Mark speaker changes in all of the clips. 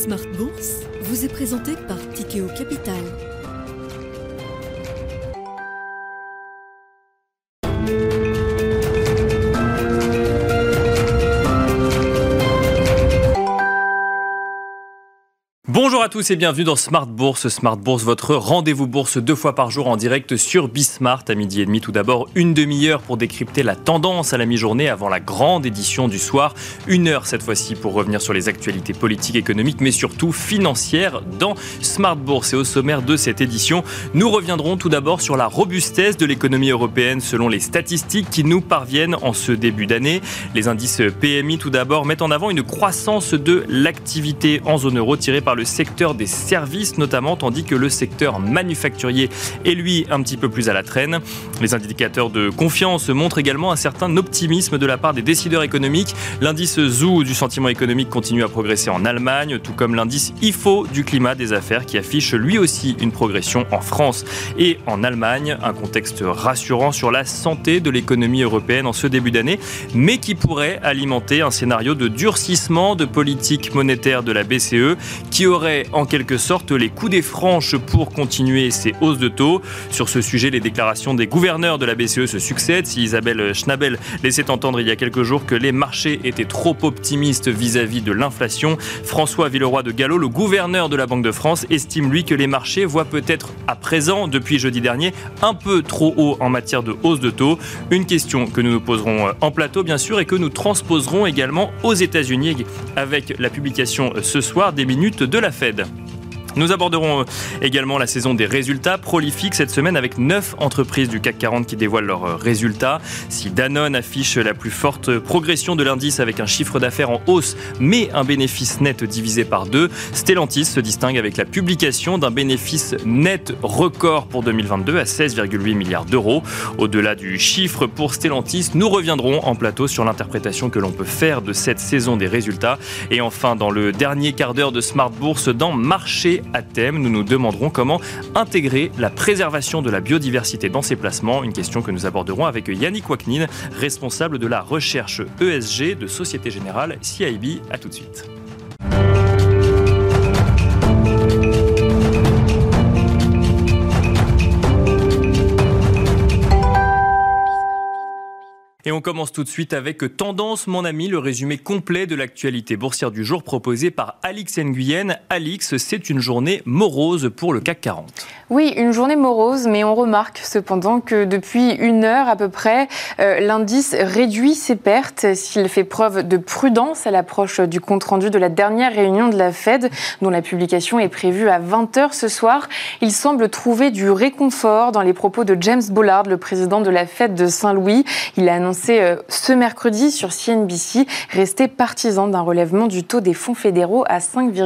Speaker 1: Smart Bourse vous est présenté par Tikeo Capital.
Speaker 2: Bonjour à tous et bienvenue dans Smart Bourse. Smart Bourse, votre rendez-vous bourse 2 fois par jour en direct sur Bismart à midi et demi. Tout d'abord, une demi-heure pour décrypter la tendance à la mi-journée avant la grande édition du soir. 1 heure cette fois-ci pour revenir sur les actualités politiques, économiques, mais surtout financières dans Smart Bourse. Et au sommaire de cette édition, nous reviendrons tout d'abord sur la robustesse de l'économie européenne selon les statistiques qui nous parviennent en ce début d'année. Les indices PMI tout d'abord mettent en avant une croissance de l'activité en zone euro tirée par le secteur des services notamment, tandis que le secteur manufacturier est lui un petit peu plus à la traîne. Les indicateurs de confiance montrent également un certain optimisme de la part des décideurs économiques. L'indice ZOO du sentiment économique continue à progresser en Allemagne, tout comme l'indice IFO du climat des affaires qui affiche lui aussi une progression en France et en Allemagne. Un contexte rassurant sur la santé de l'économie européenne en ce début d'année, mais qui pourrait alimenter un scénario de durcissement de politique monétaire de la BCE qui aurait en quelque sorte les coups des franches pour continuer ces hausses de taux. Sur ce sujet, les déclarations des gouverneurs de la BCE se succèdent. Si Isabelle Schnabel laissait entendre il y a quelques jours que les marchés étaient trop optimistes vis-à-vis de l'inflation, François Villeroy de Galhau, le gouverneur de la Banque de France, estime lui que les marchés voient peut-être à présent, depuis jeudi dernier, un peu trop haut en matière de hausse de taux. Une question que nous nous poserons en plateau bien sûr et que nous transposerons également aux États-Unis avec la publication ce soir des minutes de la Fed. Nous aborderons également la saison des résultats prolifiques cette semaine avec 9 entreprises du CAC 40 qui dévoilent leurs résultats. Si Danone affiche la plus forte progression de l'indice avec un chiffre d'affaires en hausse mais un bénéfice net divisé par 2, Stellantis se distingue avec la publication d'un bénéfice net record pour 2022 à 16,8 milliards d'euros. Au-delà du chiffre pour Stellantis, nous reviendrons en plateau sur l'interprétation que l'on peut faire de cette saison des résultats. Et enfin, dans le dernier quart d'heure de Smart Bourse, dans Marché à thème, nous nous demanderons comment intégrer la préservation de la biodiversité dans ses placements. Une question que nous aborderons avec Yannick Waknin, responsable de la recherche ESG de Société Générale CIB. À tout de suite. Et on commence tout de suite avec Tendance, mon ami, le résumé complet de l'actualité boursière du jour proposé par Alix Nguyen. Alix, c'est une journée morose pour le CAC 40.
Speaker 3: Oui, une journée morose, mais on remarque cependant que depuis 1 heure à peu près, l'indice réduit ses pertes s'il fait preuve de prudence à l'approche du compte-rendu de la dernière réunion de la Fed, dont la publication est prévue à 20h ce soir. Il semble trouver du réconfort dans les propos de James Bullard, le président de la Fed de Saint-Louis. Il a annoncé ce mercredi sur CNBC rester partisan d'un relèvement du taux des fonds fédéraux à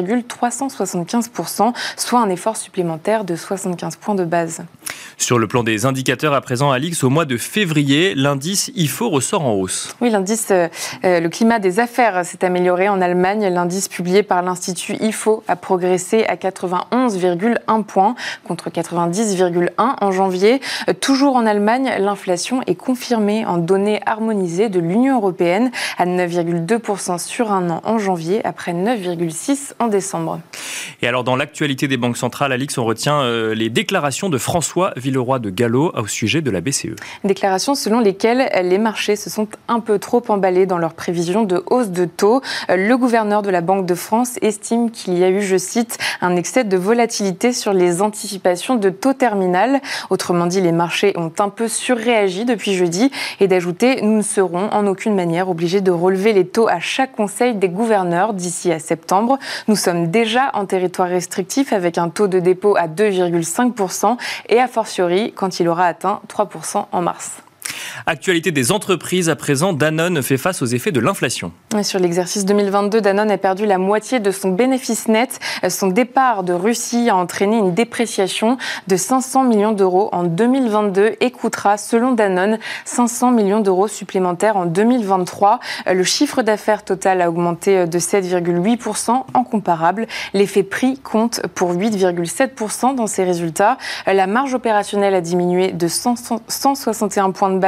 Speaker 3: 5,375%, soit un effort supplémentaire de 75 points de base.
Speaker 2: Sur le plan des indicateurs à présent, Alix, au mois de février, l'indice IFO ressort en hausse.
Speaker 3: Oui, l'indice le climat des affaires s'est amélioré en Allemagne. L'indice publié par l'Institut IFO a progressé à 91,1 points contre 90,1 en janvier. Toujours en Allemagne, l'inflation est confirmée en données harmonisées de l'Union européenne à 9,2% sur un an en janvier après 9,6% en décembre.
Speaker 2: Et alors dans l'actualité des banques centrales, Alix, on retient les déclarations de François Villeroy de Galhau au sujet de la BCE.
Speaker 3: Déclarations selon lesquelles les marchés se sont un peu trop emballés dans leurs prévisions de hausse de taux. Le gouverneur de la Banque de France estime qu'il y a eu, je cite, un excès de volatilité sur les anticipations de taux terminal. Autrement dit, les marchés ont un peu surréagi depuis jeudi et d'ajouter, nous ne serons en aucune manière obligés de relever les taux à chaque conseil des gouverneurs d'ici à septembre. Nous sommes déjà en territoire restrictif avec un taux de dépôt à 2,5% et a fortiori quand il aura atteint 3% en mars.
Speaker 2: Actualité des entreprises à présent, Danone fait face aux effets de l'inflation.
Speaker 3: Sur l'exercice 2022, Danone a perdu la moitié de son bénéfice net. Son départ de Russie a entraîné une dépréciation de 500 millions d'euros en 2022 et coûtera, selon Danone, 500 millions d'euros supplémentaires en 2023. Le chiffre d'affaires total a augmenté de 7,8% en comparable. L'effet prix compte pour 8,7% dans ses résultats. La marge opérationnelle a diminué de 161 points de base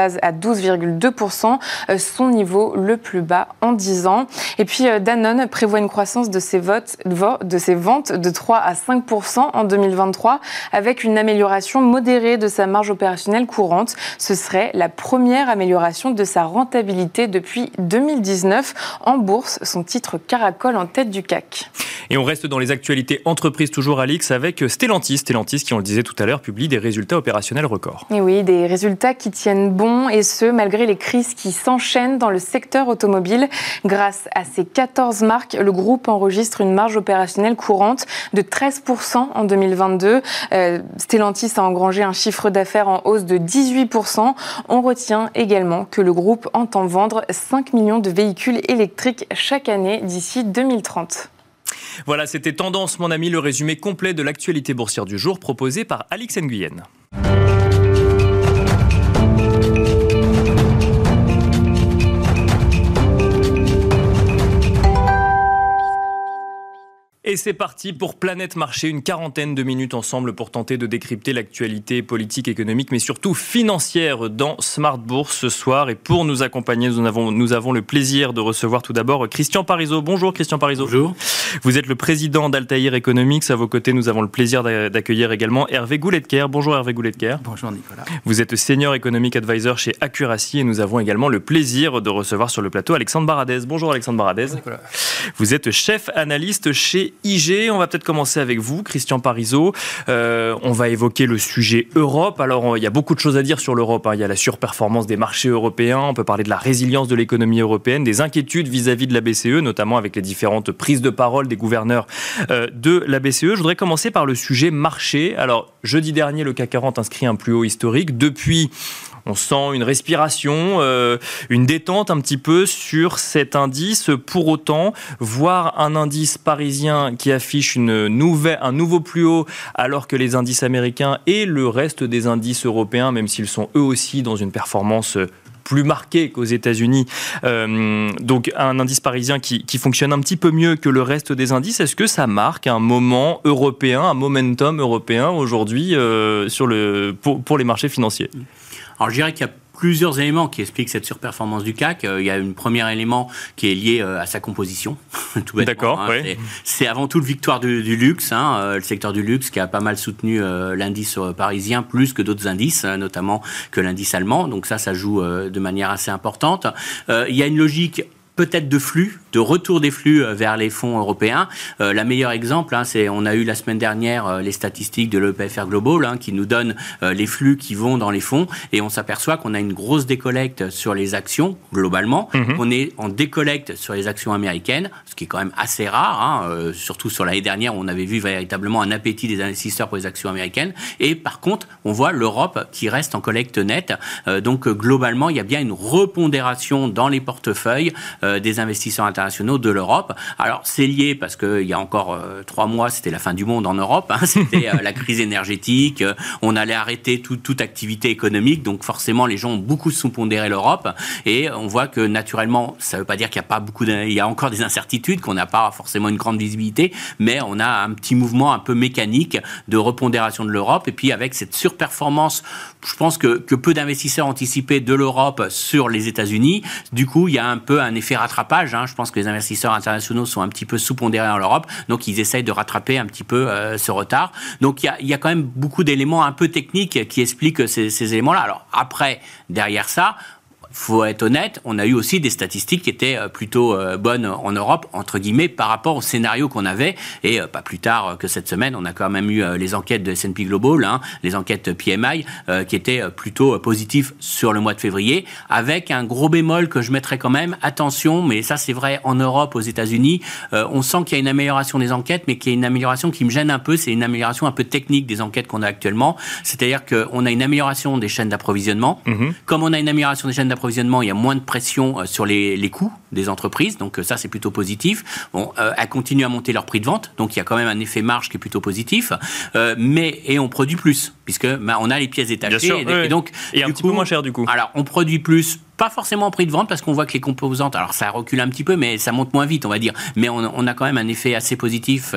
Speaker 3: base à 12,2%, son niveau le plus bas en 10 ans. Et puis Danone prévoit une croissance de ses ventes de 3 à 5% en 2023, avec une amélioration modérée de sa marge opérationnelle courante. Ce serait la première amélioration de sa rentabilité depuis 2019. En bourse, son titre caracole en tête du CAC.
Speaker 2: Et on reste dans les actualités entreprises, toujours Alix, avec Stellantis. Stellantis, qui on le disait tout à l'heure, publie des résultats opérationnels records.
Speaker 3: Et oui, des résultats qui tiennent bon, et ce, malgré les crises qui s'enchaînent dans le secteur automobile. Grâce à ses 14 marques, le groupe enregistre une marge opérationnelle courante de 13% en 2022. Stellantis a engrangé un chiffre d'affaires en hausse de 18%. On retient également que le groupe entend vendre 5 millions de véhicules électriques chaque année d'ici 2030.
Speaker 2: Voilà, c'était Tendance, mon ami, le résumé complet de l'actualité boursière du jour proposé par Alix Nguyen. Et c'est parti pour Planète Marché, une quarantaine de minutes ensemble pour tenter de décrypter l'actualité politique, économique, mais surtout financière dans Smart Bourse ce soir. Et pour nous accompagner, nous avons le plaisir de recevoir tout d'abord Christian Parizeau. Bonjour Christian Parizeau.
Speaker 4: Bonjour.
Speaker 2: Vous êtes le président d'Altair Economics. À vos côtés, nous avons le plaisir d'accueillir également Hervé Gouletker. Bonjour Hervé Gouletker.
Speaker 4: Bonjour Nicolas.
Speaker 2: Vous êtes Senior Economic Advisor chez Accuracy et nous avons également le plaisir de recevoir sur le plateau Alexandre Baradez. Bonjour Alexandre Baradez.
Speaker 4: Bonjour Nicolas.
Speaker 2: Vous êtes chef analyste chez IG. On va peut-être commencer avec vous, Christian Parizeau. On va évoquer le sujet Europe. Alors, il y a beaucoup de choses à dire sur l'Europe. Il y a la surperformance des marchés européens. On peut parler de la résilience de l'économie européenne, des inquiétudes vis-à-vis de la BCE, notamment avec les différentes prises de parole des gouverneurs de la BCE. Je voudrais commencer par le sujet marché. Alors, jeudi dernier, le CAC 40 inscrit un plus haut historique. Depuis, on sent une respiration, une détente un petit peu sur cet indice. Pour autant, voir un indice parisien qui affiche un nouveau plus haut, alors que les indices américains et le reste des indices européens, même s'ils sont eux aussi dans une performance plus marquée qu'aux États-Unis, donc un indice parisien qui fonctionne un petit peu mieux que le reste des indices. Est-ce que ça marque un moment européen, un momentum européen aujourd'hui pour les marchés financiers ?
Speaker 4: Alors je dirais qu'il y a plusieurs éléments qui expliquent cette surperformance du CAC. Il y a un premier élément qui est lié à sa composition. Tout bêtement,
Speaker 2: d'accord, oui.
Speaker 4: C'est avant tout le victoire du luxe, le secteur du luxe qui a pas mal soutenu l'indice parisien plus que d'autres indices, notamment que l'indice allemand. Donc ça joue de manière assez importante. Il y a une logique peut-être de flux, de retour des flux vers les fonds européens. Le meilleur exemple, c'est on a eu la semaine dernière les statistiques de l'EPFR Global qui nous donnent les flux qui vont dans les fonds et on s'aperçoit qu'on a une grosse décollecte sur les actions globalement. On est en décollecte sur les actions américaines, ce qui est quand même assez rare, surtout sur l'année dernière où on avait vu véritablement un appétit des investisseurs pour les actions américaines. Et par contre, on voit l'Europe qui reste en collecte nette. Donc globalement, il y a bien une repondération dans les portefeuilles des investisseurs internationaux de l'Europe. Alors, c'est lié parce qu'il y a encore 3 mois, c'était la fin du monde en Europe. C'était la crise énergétique. On allait arrêter toute activité économique. Donc, forcément, les gens ont beaucoup sous-pondéré l'Europe. Et on voit que, naturellement, ça ne veut pas dire qu'il n'y a pas il y a encore des incertitudes, qu'on n'a pas forcément une grande visibilité. Mais on a un petit mouvement un peu mécanique de repondération de l'Europe. Et puis, avec cette surperformance, je pense que peu d'investisseurs anticipaient de l'Europe sur les États-Unis. Du coup, il y a un peu un effet rattrapage. Je pense que les investisseurs internationaux sont un petit peu sous-pondérés en Europe, donc ils essayent de rattraper un petit peu ce retard. Donc il y a quand même beaucoup d'éléments un peu techniques qui expliquent ces éléments-là. Alors après, derrière ça, faut être honnête, on a eu aussi des statistiques qui étaient plutôt bonnes en Europe, entre guillemets, par rapport au scénario qu'on avait. Et pas plus tard que cette semaine, on a quand même eu les enquêtes de S&P Global, les enquêtes PMI, qui étaient plutôt positives sur le mois de février, avec un gros bémol que je mettrais quand même. Attention, mais ça c'est vrai en Europe, aux États-Unis, on sent qu'il y a une amélioration des enquêtes, mais qu'il y a une amélioration qui me gêne un peu. C'est une amélioration un peu technique des enquêtes qu'on a actuellement. C'est-à-dire qu'on a une amélioration des chaînes d'approvisionnement. Comme on a une amélioration des chaînes d'approvisionnement, il y a moins de pression sur les coûts des entreprises, donc ça c'est plutôt positif. Bon, elles continuent à monter leur prix de vente, donc il y a quand même un effet marge qui est plutôt positif, et on produit plus, puisque on a les pièces détachées,
Speaker 2: sûr,
Speaker 4: et donc
Speaker 2: et un petit peu moins cher du coup.
Speaker 4: Alors on produit plus pas forcément en prix de vente parce qu'on voit que les composantes, alors ça recule un petit peu, mais ça monte moins vite, on va dire. Mais on a quand même un effet assez positif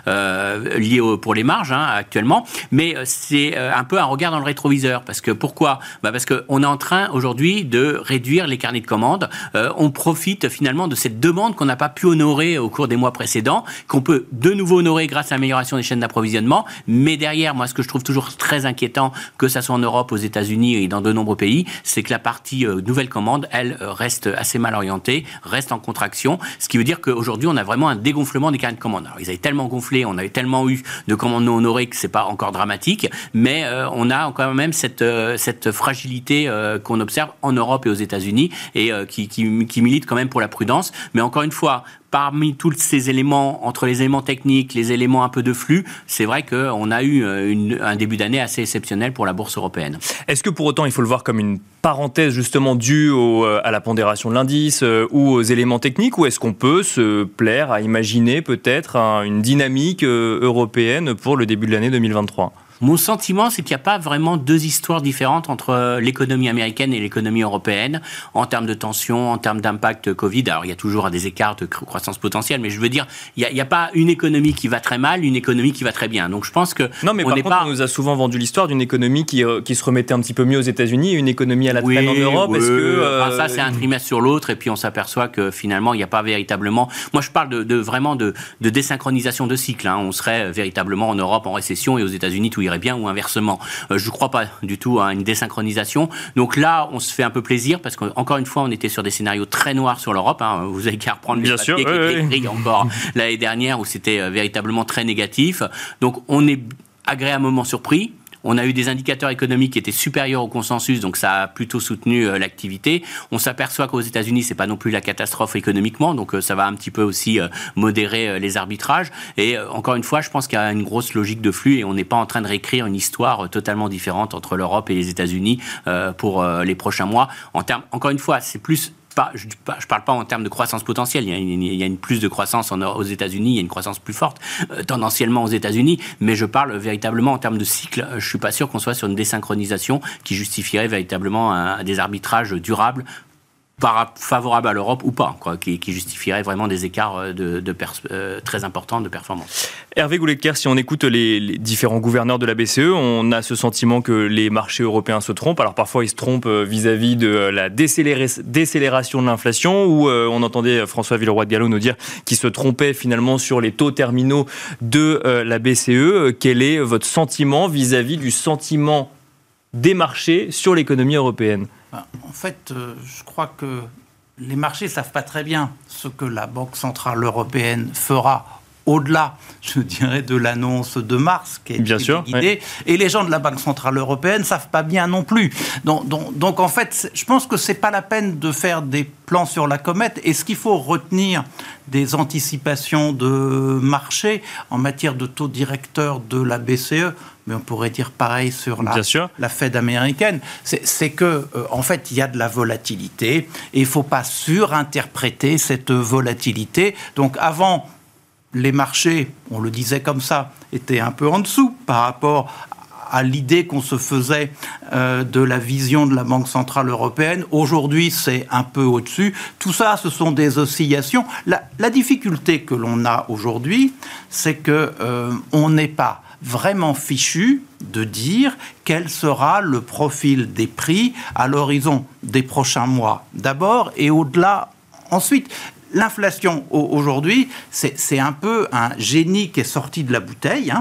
Speaker 4: lié pour les marges actuellement. Mais c'est un peu un regard dans le rétroviseur. Parce que pourquoi ? Parce qu'on est en train aujourd'hui de réduire les carnets de commandes. On profite finalement de cette demande qu'on n'a pas pu honorer au cours des mois précédents, qu'on peut de nouveau honorer grâce à l'amélioration des chaînes d'approvisionnement. Mais derrière, moi, ce que je trouve toujours très inquiétant, que ça soit en Europe, aux États-Unis et dans de nombreux pays, c'est que la partie nouvelle commande, elle reste assez mal orientée, reste en contraction, ce qui veut dire qu'aujourd'hui, on a vraiment un dégonflement des carnets de commandes. Alors, ils avaient tellement gonflé, on avait tellement eu de commandes non honorées que c'est pas encore dramatique, mais on a quand même cette fragilité qu'on observe en Europe et aux États-Unis et qui milite quand même pour la prudence. Mais encore une fois, parmi tous ces éléments, entre les éléments techniques, les éléments un peu de flux, c'est vrai qu'on a eu un début d'année assez exceptionnel pour la bourse européenne.
Speaker 2: Est-ce que pour autant, il faut le voir comme une parenthèse justement due à la pondération de l'indice ou aux éléments techniques, ou est-ce qu'on peut se plaire à imaginer peut-être une dynamique européenne pour le début de l'année 2023 ?
Speaker 4: Mon sentiment, c'est qu'il n'y a pas vraiment deux histoires différentes entre l'économie américaine et l'économie européenne en termes de tension, en termes d'impact Covid. Alors, il y a toujours des écarts de croissance potentielle, mais je veux dire, il n'y a pas une économie qui va très mal, une économie qui va très bien. Donc, je pense que...
Speaker 2: Non, mais par contre, on nous a souvent vendu l'histoire d'une économie qui se remettait un petit peu mieux aux États-Unis et une économie à la traîne en Europe.
Speaker 4: Oui.
Speaker 2: Est-ce que,
Speaker 4: ça, c'est un trimestre sur l'autre, et puis on s'aperçoit que finalement, il n'y a pas véritablement... Moi, je parle vraiment de désynchronisation de cycle. On serait véritablement en Europe en récession et aux États-Unis, tout irait bien, ou inversement. Je ne crois pas du tout à une désynchronisation. Donc là, on se fait un peu plaisir parce qu'encore une fois, on était sur des scénarios très noirs sur l'Europe. Vous avez qu'à reprendre les papiers qui étaient écrits encore l'année dernière où c'était véritablement très négatif. Donc on est agréablement surpris. On a eu des indicateurs économiques qui étaient supérieurs au consensus, donc ça a plutôt soutenu l'activité. On s'aperçoit qu'aux États-Unis, c'est pas non plus la catastrophe économiquement, donc ça va un petit peu aussi modérer les arbitrages. Et encore une fois, je pense qu'il y a une grosse logique de flux et on n'est pas en train de réécrire une histoire totalement différente entre l'Europe et les États-Unis pour les prochains mois. Encore une fois, c'est plus... je ne parle pas en termes de croissance potentielle, il y a une plus de croissance aux États-Unis, il y a une croissance plus forte tendanciellement aux États-Unis, mais je parle véritablement en termes de cycle. Je ne suis pas sûr qu'on soit sur une désynchronisation qui justifierait véritablement des arbitrages durables favorable à l'Europe ou pas, qui justifierait vraiment des écarts très importants de performance.
Speaker 2: Hervé Goulet-Quer, si on écoute les différents gouverneurs de la BCE, on a ce sentiment que les marchés européens se trompent. Alors parfois, ils se trompent vis-à-vis de la décélération de l'inflation, où on entendait François Villeroy de Galhau nous dire qu'il se trompait finalement sur les taux terminaux de la BCE. Quel est votre sentiment vis-à-vis du sentiment des marchés sur l'économie européenne ?
Speaker 5: En fait, je crois que les marchés ne savent pas très bien ce que la Banque Centrale Européenne fera au-delà, je dirais, de l'annonce de mars qui a été guidée. Et les gens de la Banque Centrale Européenne ne savent pas bien non plus. Donc en fait, je pense que ce n'est pas la peine de faire des plans sur la comète. Et ce qu'il faut retenir des anticipations de marché en matière de taux directeur de la BCE, mais on pourrait dire pareil sur la Fed américaine, c'est que en fait, il y a de la volatilité et il ne faut pas surinterpréter cette volatilité. Donc avant, les marchés, on le disait comme ça, étaient un peu en dessous par rapport à l'idée qu'on se faisait de la vision de la Banque Centrale Européenne. Aujourd'hui, c'est un peu au-dessus. Tout ça, ce sont des oscillations. La difficulté que l'on a aujourd'hui, c'est qu'on n'est pas vraiment fichu de dire quel sera le profil des prix à l'horizon des prochains mois d'abord et au-delà ensuite. L'inflation, aujourd'hui, c'est un peu un génie qui est sorti de la bouteille.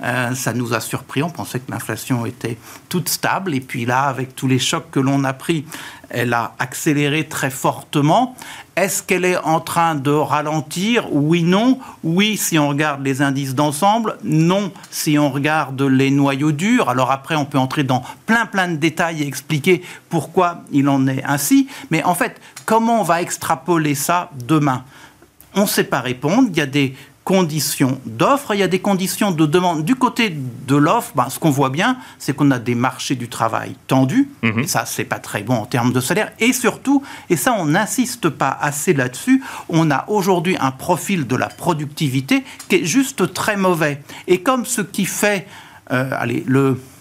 Speaker 5: Ça nous a surpris. On pensait que l'inflation était toute stable. Et puis là, avec tous les chocs que l'on a pris, elle a accéléré très fortement. Est-ce qu'elle est en train de ralentir ? Oui, non. Oui, si on regarde les indices d'ensemble. Non, si on regarde les noyaux durs. Alors après, on peut entrer dans plein de détails et expliquer pourquoi il en est ainsi. Mais en fait, comment on va extrapoler ça demain ? On ne sait pas répondre. Il y a des conditions d'offre, il y a des conditions de demande. Du côté de l'offre, ce qu'on voit bien, c'est qu'on a des marchés du travail tendus, et ça, c'est pas très bon en termes de salaire, et surtout, et ça, on n'insiste pas assez là-dessus, on a aujourd'hui un profil de la productivité qui est juste très mauvais. Et comme ce qui fait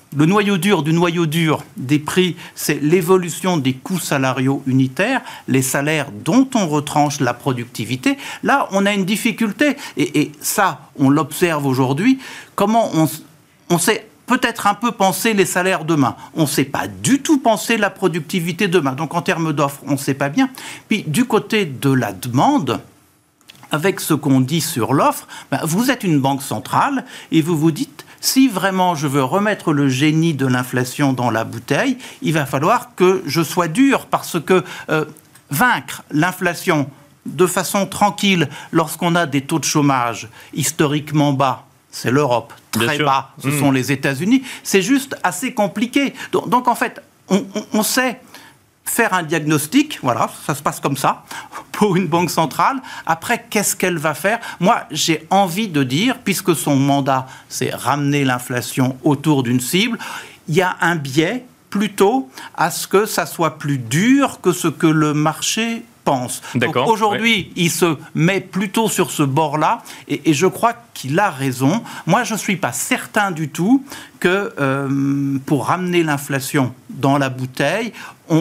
Speaker 5: le noyau dur du noyau dur des prix, c'est l'évolution des coûts salariaux unitaires, les salaires dont on retranche la productivité. Là, on a une difficulté, et ça, on l'observe aujourd'hui. Comment on sait peut-être un peu penser les salaires demain. On ne sait pas du tout penser la productivité demain. Donc, en termes d'offres, on ne sait pas bien. Puis, du côté de la demande, avec ce qu'on dit sur l'offre, vous êtes une banque centrale et vous vous dites, si vraiment je veux remettre le génie de l'inflation dans la bouteille, il va falloir que je sois dur, parce que vaincre l'inflation de façon tranquille lorsqu'on a des taux de chômage historiquement bas, c'est l'Europe, très bas, ce sont les États-Unis, c'est juste assez compliqué. Donc en fait, on sait faire un diagnostic, voilà, ça se passe comme ça, pour une banque centrale. Après, qu'est-ce qu'elle va faire ? Moi, j'ai envie de dire, puisque son mandat, c'est ramener l'inflation autour d'une cible, il y a un biais plutôt à ce que ça soit plus dur que ce que le marché pense. Donc aujourd'hui, il se met plutôt sur ce bord-là, et je crois qu'il a raison. Moi, je ne suis pas certain du tout que pour ramener l'inflation dans la bouteille,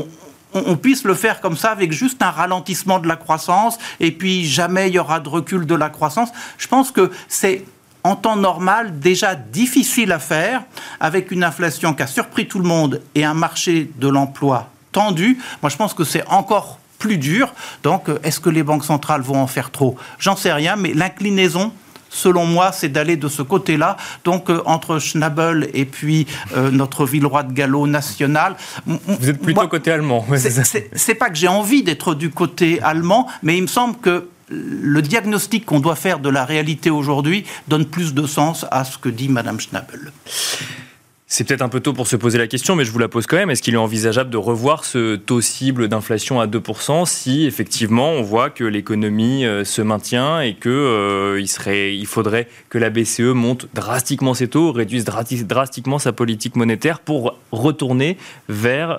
Speaker 5: on puisse le faire comme ça, avec juste un ralentissement de la croissance, et puis jamais il y aura de recul de la croissance. Je pense que c'est, en temps normal, déjà difficile à faire, avec une inflation qui a surpris tout le monde et un marché de l'emploi tendu. Moi, je pense que c'est encore plus dur. Donc, est-ce que les banques centrales vont en faire trop ? J'en sais rien, mais l'inclinaison, selon moi, c'est d'aller de ce côté-là. Donc, entre Schnabel et puis notre Villeroy de Galhau national...
Speaker 2: Vous êtes plutôt côté allemand.
Speaker 5: C'est pas que j'ai envie d'être du côté allemand, mais il me semble que le diagnostic qu'on doit faire de la réalité aujourd'hui donne plus de sens à ce que dit Mme Schnabel.
Speaker 2: C'est peut-être un peu tôt pour se poser la question, mais je vous la pose quand même. Est-ce qu'il est envisageable de revoir ce taux cible d'inflation à 2% si, effectivement, on voit que l'économie se maintient et qu'il faudrait que la BCE monte drastiquement ses taux, réduise drastiquement sa politique monétaire pour retourner vers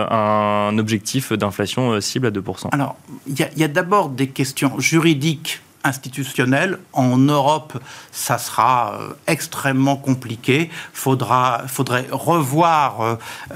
Speaker 2: un objectif d'inflation cible à 2%?
Speaker 5: Alors, il y a d'abord des questions juridiques, institutionnel. En Europe, ça sera extrêmement compliqué. Faudrait revoir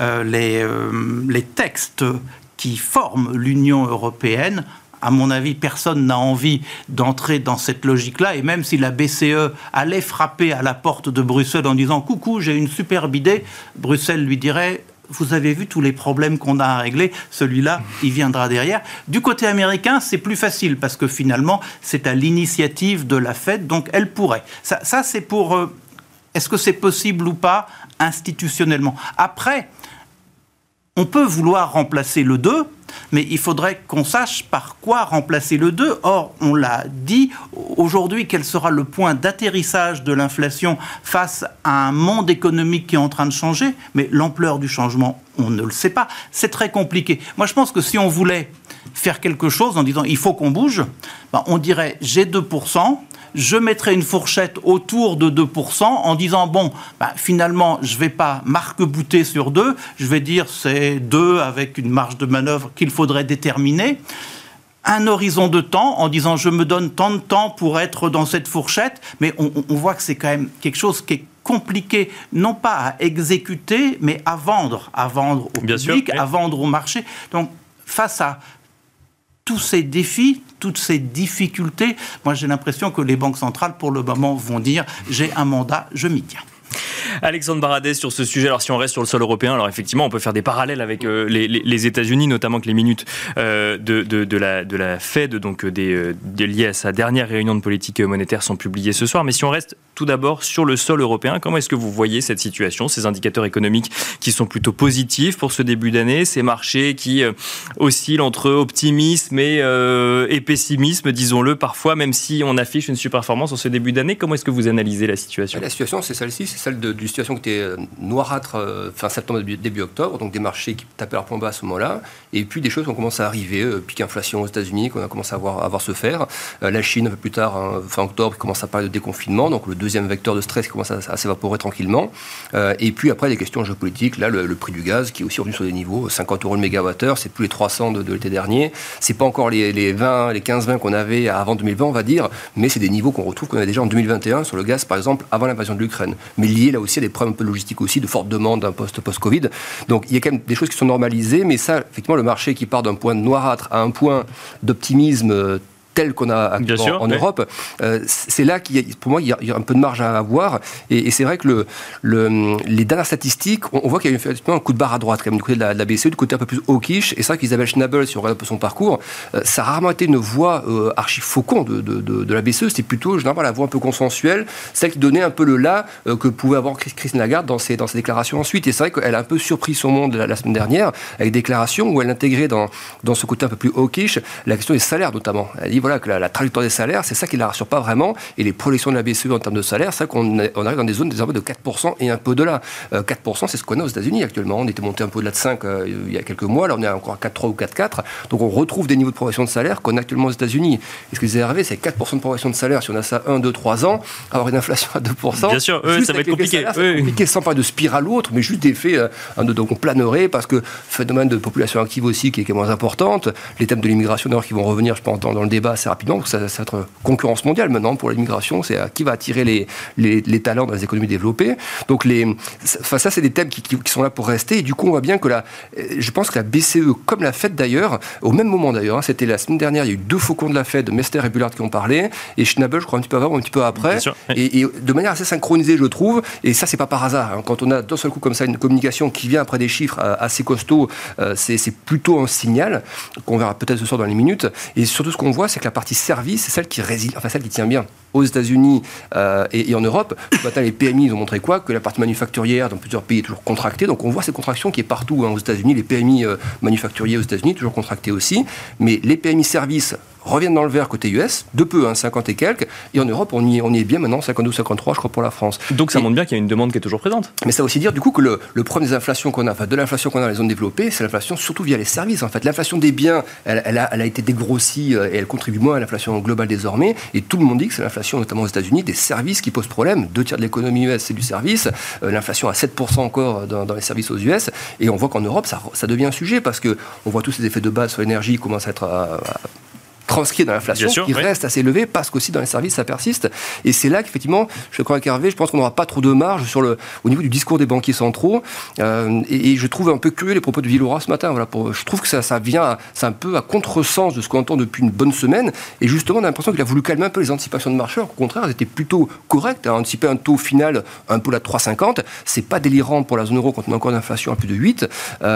Speaker 5: les textes qui forment l'Union européenne. À mon avis, personne n'a envie d'entrer dans cette logique-là. Et même si la BCE allait frapper à la porte de Bruxelles en disant « Coucou, j'ai une superbe idée », Bruxelles lui dirait « Vous avez vu tous les problèmes qu'on a à régler, celui-là, il viendra derrière. » Du côté américain, c'est plus facile, parce que finalement, c'est à l'initiative de la Fed, donc elle pourrait. Ça c'est pour... est-ce que c'est possible ou pas institutionnellement ? Après, on peut vouloir remplacer le 2, mais il faudrait qu'on sache par quoi remplacer le 2. Or, on l'a dit, aujourd'hui, quel sera le point d'atterrissage de l'inflation face à un monde économique qui est en train de changer ? Mais l'ampleur du changement, on ne le sait pas. C'est très compliqué. Moi, je pense que si on voulait faire quelque chose en disant « il faut qu'on bouge », on dirait « j'ai 2%, je mettrai une fourchette autour de 2% en disant, bon, finalement, je ne vais pas marque-bouter sur 2, je vais dire c'est 2 avec une marge de manœuvre qu'il faudrait déterminer. Un horizon de temps en disant, je me donne tant de temps pour être dans cette fourchette, mais on voit que c'est quand même quelque chose qui est compliqué, non pas à exécuter, mais à vendre au public, à vendre au marché. Donc, face à tous ces défis, toutes ces difficultés, moi j'ai l'impression que les banques centrales, pour le moment, vont dire « j'ai un mandat, je m'y tiens ».
Speaker 2: Alexandre Baradez, sur ce sujet, alors si on reste sur le sol européen, alors effectivement on peut faire des parallèles avec les États-Unis, notamment que les minutes de la Fed, donc liées à sa dernière réunion de politique monétaire, sont publiées ce soir. Mais si on reste tout d'abord sur le sol européen, comment est-ce que vous voyez cette situation, ces indicateurs économiques qui sont plutôt positifs pour ce début d'année, ces marchés qui oscillent entre optimisme et pessimisme, disons-le parfois, même si on affiche une surperformance en ce début d'année? Comment est-ce que vous analysez la situation?
Speaker 6: La situation, c'est celle-ci, c'est celle d'une situation qui était noirâtre fin septembre, début octobre, donc des marchés qui tapaient leur plomb bas à ce moment-là, et puis des choses qui ont commencé à arriver, pic inflation aux États-Unis, qu'on a commencé à voir se faire, la Chine un peu plus tard, fin octobre, qui commence à parler de déconfinement, donc le deuxième vecteur de stress qui commence à s'évaporer tranquillement, et puis après des questions géopolitiques, là le prix du gaz qui est aussi revenu sur des niveaux 50 € le mégawattheure, c'est plus les 300 de l'été dernier, c'est pas encore les 15-20 qu'on avait avant 2020 on va dire, mais c'est des niveaux qu'on avait déjà en 2021 sur le gaz par exemple avant l'invasion de l'Ukraine, mais lié là aussi il y a des problèmes un peu logistiques aussi, de forte demande d'un post-Covid. Donc il y a quand même des choses qui sont normalisées, mais ça, effectivement, le marché qui part d'un point noirâtre à un point d'optimisme tel qu'on a actuellement en Europe, c'est là pour moi, il y a un peu de marge à avoir. Et c'est vrai que les dernières statistiques, on voit qu'il y a effectivement un coup de barre à droite, quand même, du côté de la BCE, du côté un peu plus hawkish. Et c'est vrai qu'Isabelle Schnabel, si on regarde un peu son parcours, ça a rarement été une voix archi-faucon de la BCE. C'était plutôt, généralement, la voix un peu consensuelle, celle qui donnait un peu le là que pouvait avoir Christine Lagarde dans ses déclarations ensuite. Et c'est vrai qu'elle a un peu surpris son monde la semaine dernière, avec des déclarations où elle intégrait dans ce côté un peu plus hawkish la question des salaires, notamment. Elle dit que la trajectoire des salaires, c'est ça qui ne la rassure pas vraiment. Et les projections de la BCE en termes de salaire, c'est ça qu'on arrive dans des zones désormais de 4% et un peu au-delà. 4%, c'est ce qu'on a aux États-Unis actuellement. On était monté un peu au-delà de 5 il y a quelques mois. Là, on est encore à 4,3 ou 4,4. Donc, on retrouve des niveaux de progression de salaire qu'on a actuellement aux États-Unis. Et ce que vous avez c'est 4% de progression de salaire. Si on a ça 1, 2, 3 ans, avoir une inflation à 2%.
Speaker 2: Bien sûr, ça va être compliqué.
Speaker 6: Ça va être compliqué sans parler de spirale ou autre, mais juste d'effet. Donc, on planerait parce que phénomène de population active aussi qui est moins importante. Les thèmes de l'immigration, d'ailleurs, qui vont revenir, je pense, dans le débat assez rapidement. Ça va être concurrence mondiale maintenant pour l'immigration. C'est qui va attirer les talents dans les économies développées. Donc ça c'est des thèmes qui sont là pour rester. Et du coup, on voit bien que je pense que la BCE, comme la Fed d'ailleurs, au même moment d'ailleurs, c'était la semaine dernière, il y a eu 2 faucons de la Fed, Mester et Bullard qui ont parlé, et Schnabel, je crois un petit peu avant ou un petit peu après. Et de manière assez synchronisée, je trouve. Et ça, c'est pas par hasard. Quand on a d'un seul coup comme ça une communication qui vient après des chiffres assez costauds, c'est plutôt un signal qu'on verra peut-être ce soir dans les minutes. Et surtout, ce qu'on voit, c'est que la partie service, c'est celle qui celle qui tient bien. Aux États-Unis et en Europe, ce matin, les PMI ils ont montré quoi ? Que la partie manufacturière dans plusieurs pays est toujours contractée. Donc on voit cette contraction qui est partout aux États-Unis. Les PMI manufacturiers aux États-Unis toujours contractés aussi. Mais les PMI services reviennent dans le vert côté US, de peu, 50 et quelques. Et en Europe, on y est bien maintenant, 52, 53, je crois, pour la France.
Speaker 2: Donc ça montre bien qu'il y a une demande qui est toujours présente.
Speaker 6: Mais ça veut aussi dire, du coup, que le problème des inflations qu'on a, de l'inflation qu'on a dans les zones développées, c'est l'inflation surtout via les services. En fait, l'inflation des biens, elle a été dégrossie et elle contribue moins à l'inflation globale désormais. Et tout le monde dit que c'est l'inflation, notamment aux États-Unis, des services qui posent problème. 2 tiers de l'économie US, c'est du service. L'inflation à 7% encore dans les services aux US. Et on voit qu'en Europe, ça devient un sujet parce qu'on voit tous ces effets de base sur l'énergie qui commencent à être transcrit dans l'inflation, qui reste assez élevé, parce qu'aussi dans les services, ça persiste. Et c'est là qu'effectivement, je crois avec Hervé, je pense qu'on n'aura pas trop de marge au niveau du discours des banquiers centraux. Et je trouve un peu curieux les propos de Villora ce matin. Voilà, je trouve que ça vient, c'est un peu à contresens de ce qu'on entend depuis une bonne semaine. Et justement, on a l'impression qu'il a voulu calmer un peu les anticipations de marché. Au contraire, elles étaient plutôt correctes. Anticiper un taux final un peu à 3,50, c'est pas délirant pour la zone euro quand on a encore une inflation à plus de 8.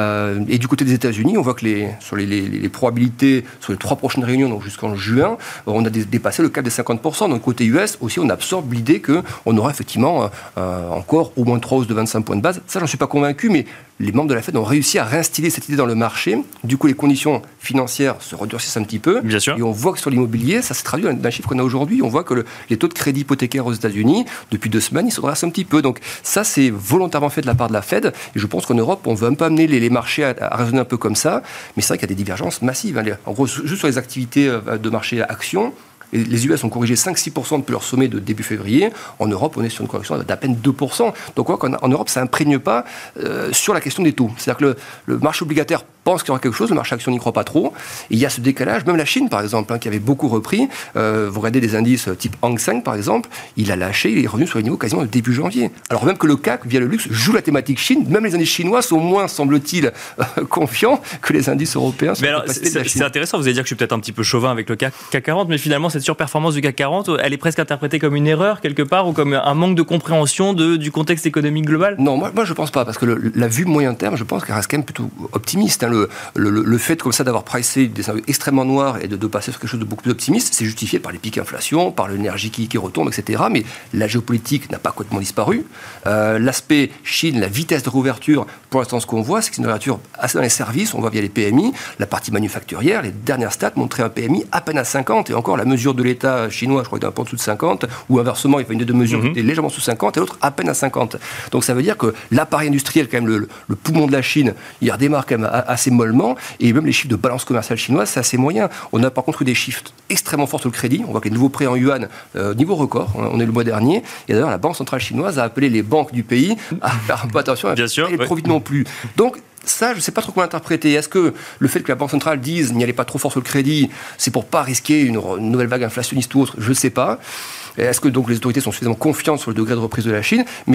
Speaker 6: Et du côté des États-Unis, on voit que sur les probabilités, sur les 3 prochaines réunions, donc jusqu'en juin, on a dépassé le cap des 50%. Donc côté US aussi, on absorbe l'idée qu'on aura effectivement encore au moins 3 hausses de 25 points de base. Ça, j'en suis pas convaincu, mais les membres de la Fed ont réussi à réinstiller cette idée dans le marché. Du coup, les conditions financières se redurcissent un petit peu.
Speaker 2: Bien sûr.
Speaker 6: Et on voit que sur l'immobilier, ça se traduit d'un chiffre qu'on a aujourd'hui. On voit que les taux de crédit hypothécaire aux États-Unis, depuis 2 semaines, ils se redressent un petit peu. Donc ça, c'est volontairement fait de la part de la Fed. Et je pense qu'en Europe, on veut un peu amener les marchés à raisonner un peu comme ça. Mais c'est vrai qu'il y a des divergences massives. En gros, juste sur les activités de marché actions, les US ont corrigé 5-6% depuis leur sommet de début février. En Europe, on est sur une correction d'à peine 2%. Donc, on voit qu'en Europe, ça n'imprègne pas sur la question des taux. C'est-à-dire que le marché obligataire pense qu'il y aura quelque chose, le marché action n'y croit pas trop. Et il y a ce décalage, même la Chine, par exemple, qui avait beaucoup repris. Vous regardez des indices type Hang Seng, par exemple, il a lâché, il est revenu sur les niveaux quasiment de début janvier. Alors même que le CAC, via le luxe, joue la thématique Chine, même les indices chinois sont moins, semble-t-il, confiants que les indices européens.
Speaker 2: Mais alors, c'est intéressant, vous allez dire que je suis peut-être un petit peu chauvin avec le CAC 40, mais finalement, cette surperformance du CAC 40, elle est presque interprétée comme une erreur, quelque part, ou comme un manque de compréhension du contexte économique global ?
Speaker 6: Non, moi je pense pas, parce que la vue moyen terme, je pense qu'elle reste quand même plutôt optimiste. Le fait comme ça d'avoir pricé des scénarios extrêmement noirs et de passer sur quelque chose de beaucoup plus optimiste, c'est justifié par les pics d'inflation, par l'énergie qui retombe, etc. Mais la géopolitique n'a pas complètement disparu. L'aspect Chine, la vitesse de réouverture, pour l'instant, ce qu'on voit, c'est que c'est une réouverture assez dans les services. On voit via les PMI, la partie manufacturière, les dernières stats montraient un PMI à peine à 50. Et encore, la mesure de l'État chinois, je crois qu'il était un peu en dessous de 50, ou inversement, il y avait une des deux mesures qui était légèrement sous 50 et l'autre à peine à 50. Donc ça veut dire que l'appareil industriel, quand même, le poumon de la Chine, il redémarre quand même assez mollement. Et même les chiffres de balance commerciale chinoise, c'est assez moyen. On a par contre eu des chiffres extrêmement forts sur le crédit. On voit que les nouveaux prêts en yuan, niveau record, on est le mois dernier. Et d'ailleurs, la Banque centrale chinoise a appelé les banques du pays à faire un peu attention, à ne pas aller trop vite non plus. Donc, ça, je ne sais pas trop comment l'interpréter. Est-ce que le fait que la Banque centrale dise n'y allez pas trop fort sur le crédit, c'est pour ne pas risquer une nouvelle vague inflationniste ou autre ? Je ne sais pas. Est-ce que donc les autorités sont suffisamment confiantes sur le degré de reprise de la Chine ? Mais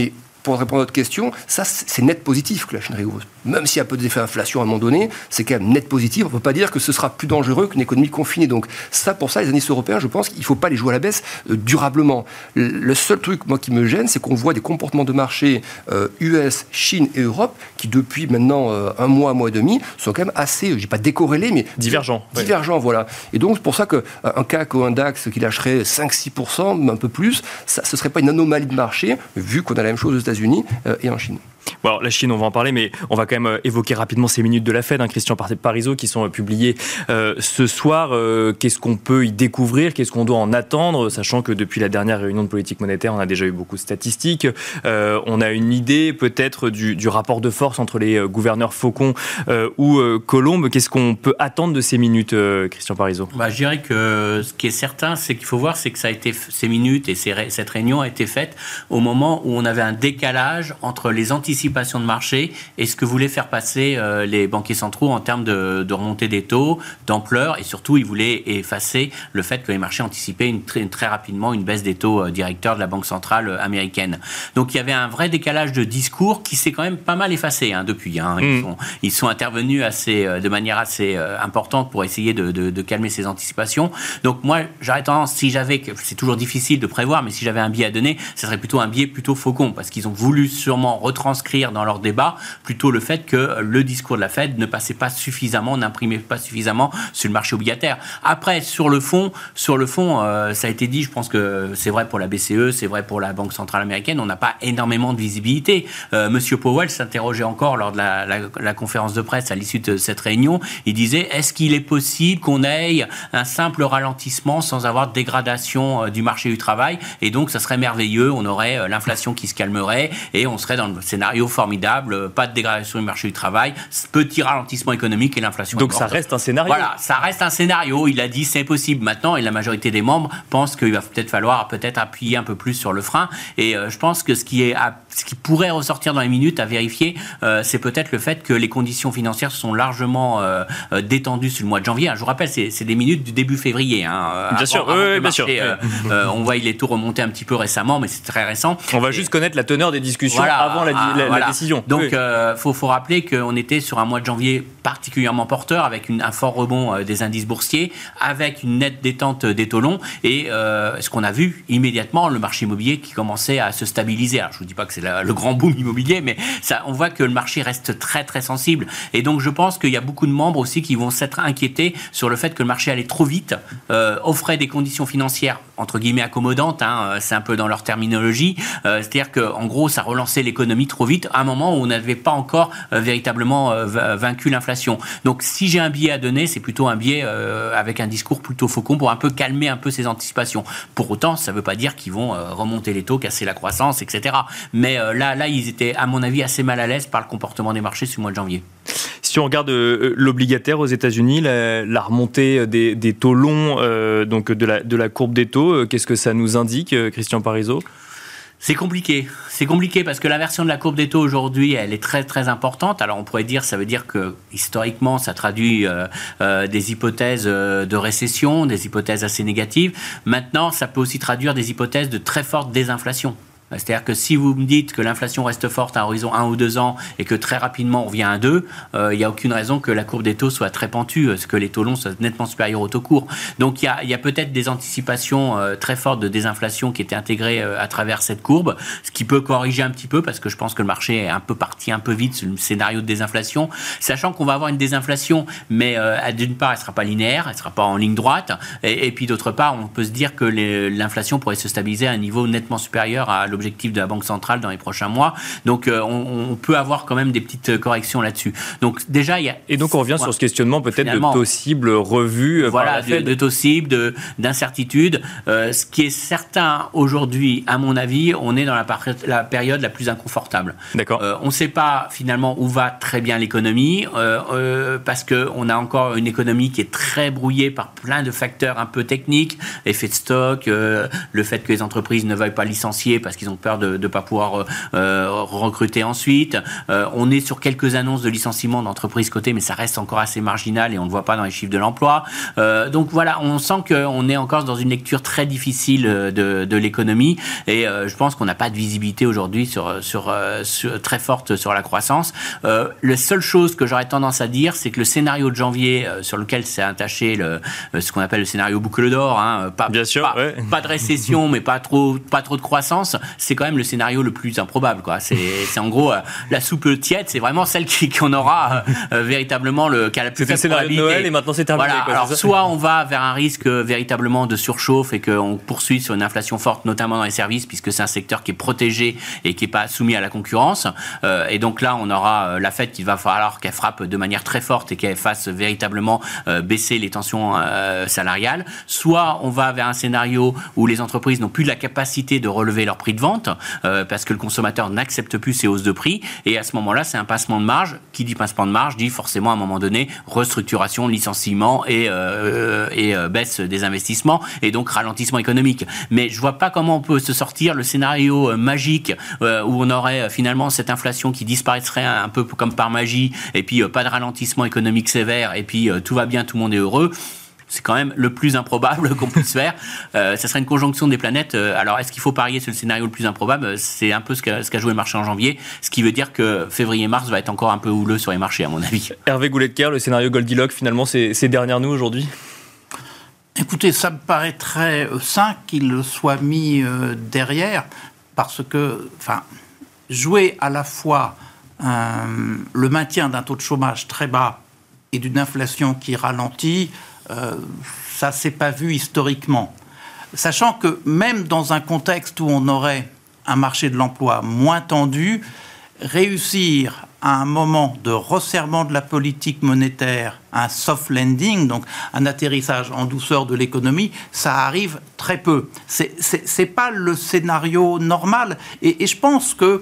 Speaker 6: pour répondre à votre question, ça, c'est net positif que la Chine réouvre. Même s'il y a un peu d'effet inflation à un moment donné, c'est quand même net positif. On ne peut pas dire que ce sera plus dangereux qu'une économie confinée. Donc pour ça, les analystes européens, je pense qu'il ne faut pas les jouer à la baisse durablement. Le seul truc, moi, qui me gêne, c'est qu'on voit des comportements de marché US, Chine et Europe qui, depuis maintenant un mois et demi, sont quand même assez, je ne dis pas décorrélés, mais
Speaker 2: divergents.
Speaker 6: Divergents, voilà. Et donc, c'est pour ça qu'un CAC ou un DAX qui lâcherait 5-6%, un peu plus, ce ne serait pas une anomalie de marché, vu qu'on a la même chose aux États-Unis et en Chine.
Speaker 2: Bon, alors, la Chine, on va en parler, mais on va quand même évoquer rapidement ces minutes de la Fed, Christian Parizeau, qui sont publiées ce soir. Qu'est-ce qu'on peut y découvrir? Qu'est-ce qu'on doit en attendre? Sachant que depuis la dernière réunion de politique monétaire, on a déjà eu beaucoup de statistiques. On a une idée peut-être du rapport de force entre les gouverneurs Faucon ou Colombe. Qu'est-ce qu'on peut attendre de ces minutes, Christian Parizeau?
Speaker 4: Je dirais que ce qui est certain, c'est qu'il faut voir, c'est que ça a été, ces minutes et cette réunion a été faite au moment où on avait un décalage entre les anticipations de marché et ce que voulaient faire passer les banquiers centraux en termes de remontée des taux, d'ampleur, et surtout ils voulaient effacer le fait que les marchés anticipaient très rapidement une baisse des taux directeurs de la Banque centrale américaine. Donc il y avait un vrai décalage de discours qui s'est quand même pas mal effacé depuis. Ils sont intervenus de manière assez importante pour essayer de calmer ces anticipations. Donc moi j'aurais tendance, c'est toujours difficile de prévoir, mais si j'avais un biais à donner, ce serait plutôt un biais plutôt Faucon, parce qu'ils ont voulu sûrement retranscrire dans leur débat plutôt le fait que le discours de la Fed ne passait pas suffisamment, n'imprimait pas suffisamment sur le marché obligataire. Après, sur le fond, ça a été dit, je pense que c'est vrai pour la BCE, c'est vrai pour la Banque centrale américaine, on n'a pas énormément de visibilité. Monsieur Powell s'interrogeait encore lors de la conférence de presse à l'issue de cette réunion. Il disait, est-ce qu'il est possible qu'on ait un simple ralentissement sans avoir de dégradation du marché du travail? Et donc, ça serait merveilleux, on aurait l'inflation qui se calmerait et on serait dans le scénario formidable, pas de dégradation du marché du travail, petit ralentissement économique et l'inflation.
Speaker 2: Donc ça reste un scénario.
Speaker 4: Voilà, ça reste un scénario. Il a dit c'est possible maintenant, et la majorité des membres pensent qu'il va peut-être falloir appuyer un peu plus sur le frein. Et je pense que ce qui pourrait ressortir dans les minutes à vérifier, c'est peut-être le fait que les conditions financières sont largement détendues sur le mois de janvier. Je vous rappelle, c'est des minutes du début février.
Speaker 2: Bien sûr, bien sûr.
Speaker 4: On voit les taux remonter un petit peu récemment, mais c'est très récent.
Speaker 2: On va juste connaître la teneur des discussions avant la décision.
Speaker 4: Donc, faut rappeler qu'on était sur un mois de janvier particulièrement porteur, avec un fort rebond des indices boursiers, avec une nette détente des taux longs, et ce qu'on a vu immédiatement, le marché immobilier qui commençait à se stabiliser. Alors, je ne vous dis pas que c'est le grand boom immobilier, mais on voit que le marché reste très très sensible. Et donc, je pense qu'il y a beaucoup de membres aussi qui vont s'être inquiétés sur le fait que le marché allait trop vite, offrait des conditions financières entre guillemets accommodantes, c'est un peu dans leur terminologie, c'est-à-dire qu'en gros, ça relançait l'économie trop vite à un moment où on n'avait pas encore véritablement vaincu l'inflation. Donc si j'ai un biais à donner, c'est plutôt un biais avec un discours plutôt Faucon pour un peu calmer un peu ces anticipations. Pour autant, ça ne veut pas dire qu'ils vont remonter les taux, casser la croissance, etc. Mais là, ils étaient à mon avis assez mal à l'aise par le comportement des marchés sur le mois de janvier.
Speaker 2: Si on regarde l'obligataire aux États-Unis, la remontée des taux longs, donc de la courbe des taux, qu'est-ce que ça nous indique, Christian Parizeau ?
Speaker 4: C'est compliqué parce que l'inversion de la courbe des taux aujourd'hui, elle est très très importante. Alors on pourrait dire, ça veut dire que historiquement, ça traduit des hypothèses de récession, des hypothèses assez négatives. Maintenant, ça peut aussi traduire des hypothèses de très forte désinflation. C'est-à-dire que si vous me dites que l'inflation reste forte à un horizon 1 ou 2 ans et que très rapidement on revient à 2, il n'y a aucune raison que la courbe des taux soit très pentue, que les taux longs soient nettement supérieurs aux taux courts. Donc il y a peut-être des anticipations très fortes de désinflation qui étaient intégrées à travers cette courbe, ce qui peut corriger un petit peu parce que je pense que le marché est un peu parti un peu vite sur le scénario de désinflation, sachant qu'on va avoir une désinflation, mais d'une part elle ne sera pas linéaire, elle ne sera pas en ligne droite, et puis d'autre part on peut se dire que l'inflation pourrait se stabiliser à un niveau nettement supérieur à l'objectif de la Banque centrale dans les prochains mois. Donc, on peut avoir quand même des petites corrections là-dessus. Donc, déjà, il y a...
Speaker 2: Et donc, on revient sur ce questionnement peut-être de taux cibles revus par la Fed.
Speaker 4: De taux cibles, d'incertitudes. Ce qui est certain aujourd'hui, à mon avis, on est dans la période la plus inconfortable.
Speaker 2: D'accord.
Speaker 4: On ne sait pas finalement où va très bien l'économie, parce qu'on a encore une économie qui est très brouillée par plein de facteurs un peu techniques, effet de stock, le fait que les entreprises ne veuillent pas licencier parce qu'ils qu'ils ont peur de ne pas pouvoir recruter ensuite. On est sur quelques annonces de licenciements d'entreprises cotées, mais ça reste encore assez marginal et on ne le voit pas dans les chiffres de l'emploi. Donc voilà, on sent qu'on est encore dans une lecture très difficile de l'économie et je pense qu'on n'a pas de visibilité aujourd'hui très forte sur la croissance. La seule chose que j'aurais tendance à dire, c'est que le scénario de janvier sur lequel s'est attaché ce qu'on appelle le scénario boucle d'or, pas de récession, mais pas trop de croissance, c'est quand même le scénario le plus improbable, quoi. C'est en gros la soupe tiède, c'est vraiment celle qu'on aura véritablement qui a la plus
Speaker 2: faible probabilité. C'était le scénario de Noël et maintenant c'est terminé.
Speaker 4: Voilà. Alors soit on va vers un risque véritablement de surchauffe et qu'on poursuit sur une inflation forte, notamment dans les services, puisque c'est un secteur qui est protégé et qui n'est pas soumis à la concurrence. Et donc là, on aura la Fed qu'il va falloir qu'elle frappe de manière très forte et qu'elle fasse véritablement baisser les tensions salariales. Soit on va vers un scénario où les entreprises n'ont plus la capacité de relever leur prix de vente parce que le consommateur n'accepte plus ces hausses de prix. Et à ce moment-là, c'est un pincement de marge. Qui dit pincement de marge dit forcément à un moment donné restructuration, licenciement et baisse des investissements et donc ralentissement économique. Mais je vois pas comment on peut se sortir le scénario magique où on aurait finalement cette inflation qui disparaîtrait un peu comme par magie et puis pas de ralentissement économique sévère et puis tout va bien, tout le monde est heureux. C'est quand même le plus improbable qu'on puisse faire. Ça serait une conjonction des planètes. Alors, est-ce qu'il faut parier sur le scénario le plus improbable ? C'est un peu ce qu'a joué le marché en janvier, ce qui veut dire que février-mars va être encore un peu houleux sur les marchés, à mon avis.
Speaker 2: Hervé Goulet-de-Quer, le scénario Goldilocks, finalement, c'est derrière nous aujourd'hui ?
Speaker 5: Écoutez, ça me paraît très sain qu'il soit mis derrière, parce que, jouer à la fois le maintien d'un taux de chômage très bas et d'une inflation qui ralentit, ça ne s'est pas vu historiquement. Sachant que même dans un contexte où on aurait un marché de l'emploi moins tendu, réussir à un moment de resserrement de la politique monétaire, un soft landing, donc un atterrissage en douceur de l'économie, ça arrive très peu. C'est pas le scénario normal. Et je pense que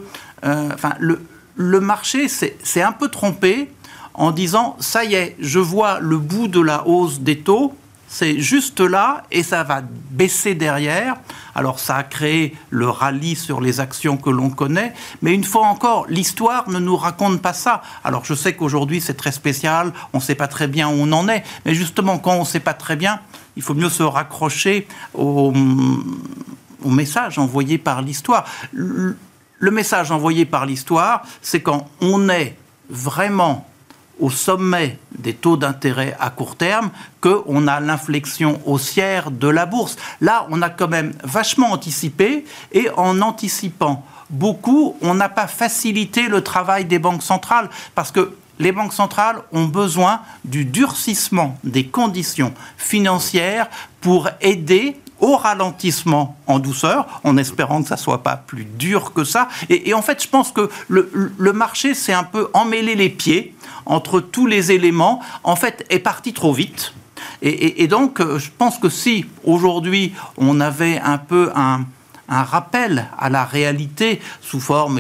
Speaker 5: le marché s'est un peu trompé en disant « ça y est, je vois le bout de la hausse des taux, c'est juste là et ça va baisser derrière ». Alors ça a créé le rallye sur les actions que l'on connaît, mais une fois encore, l'histoire ne nous raconte pas ça. Alors je sais qu'aujourd'hui c'est très spécial, on ne sait pas très bien où on en est, mais justement quand on ne sait pas très bien, il faut mieux se raccrocher au message envoyé par l'histoire. Le message envoyé par l'histoire, c'est quand on est vraiment au sommet des taux d'intérêt à court terme qu'on a l'inflexion haussière de la bourse. Là, on a quand même vachement anticipé, et en anticipant beaucoup, on n'a pas facilité le travail des banques centrales, parce que les banques centrales ont besoin du durcissement des conditions financières pour aider au ralentissement en douceur, en espérant que ça ne soit pas plus dur que ça. Et en fait, je pense que le marché s'est un peu emmêlé les pieds entre tous les éléments, en fait, est parti trop vite. Et donc, je pense que si, aujourd'hui, on avait un peu un rappel à la réalité sous forme,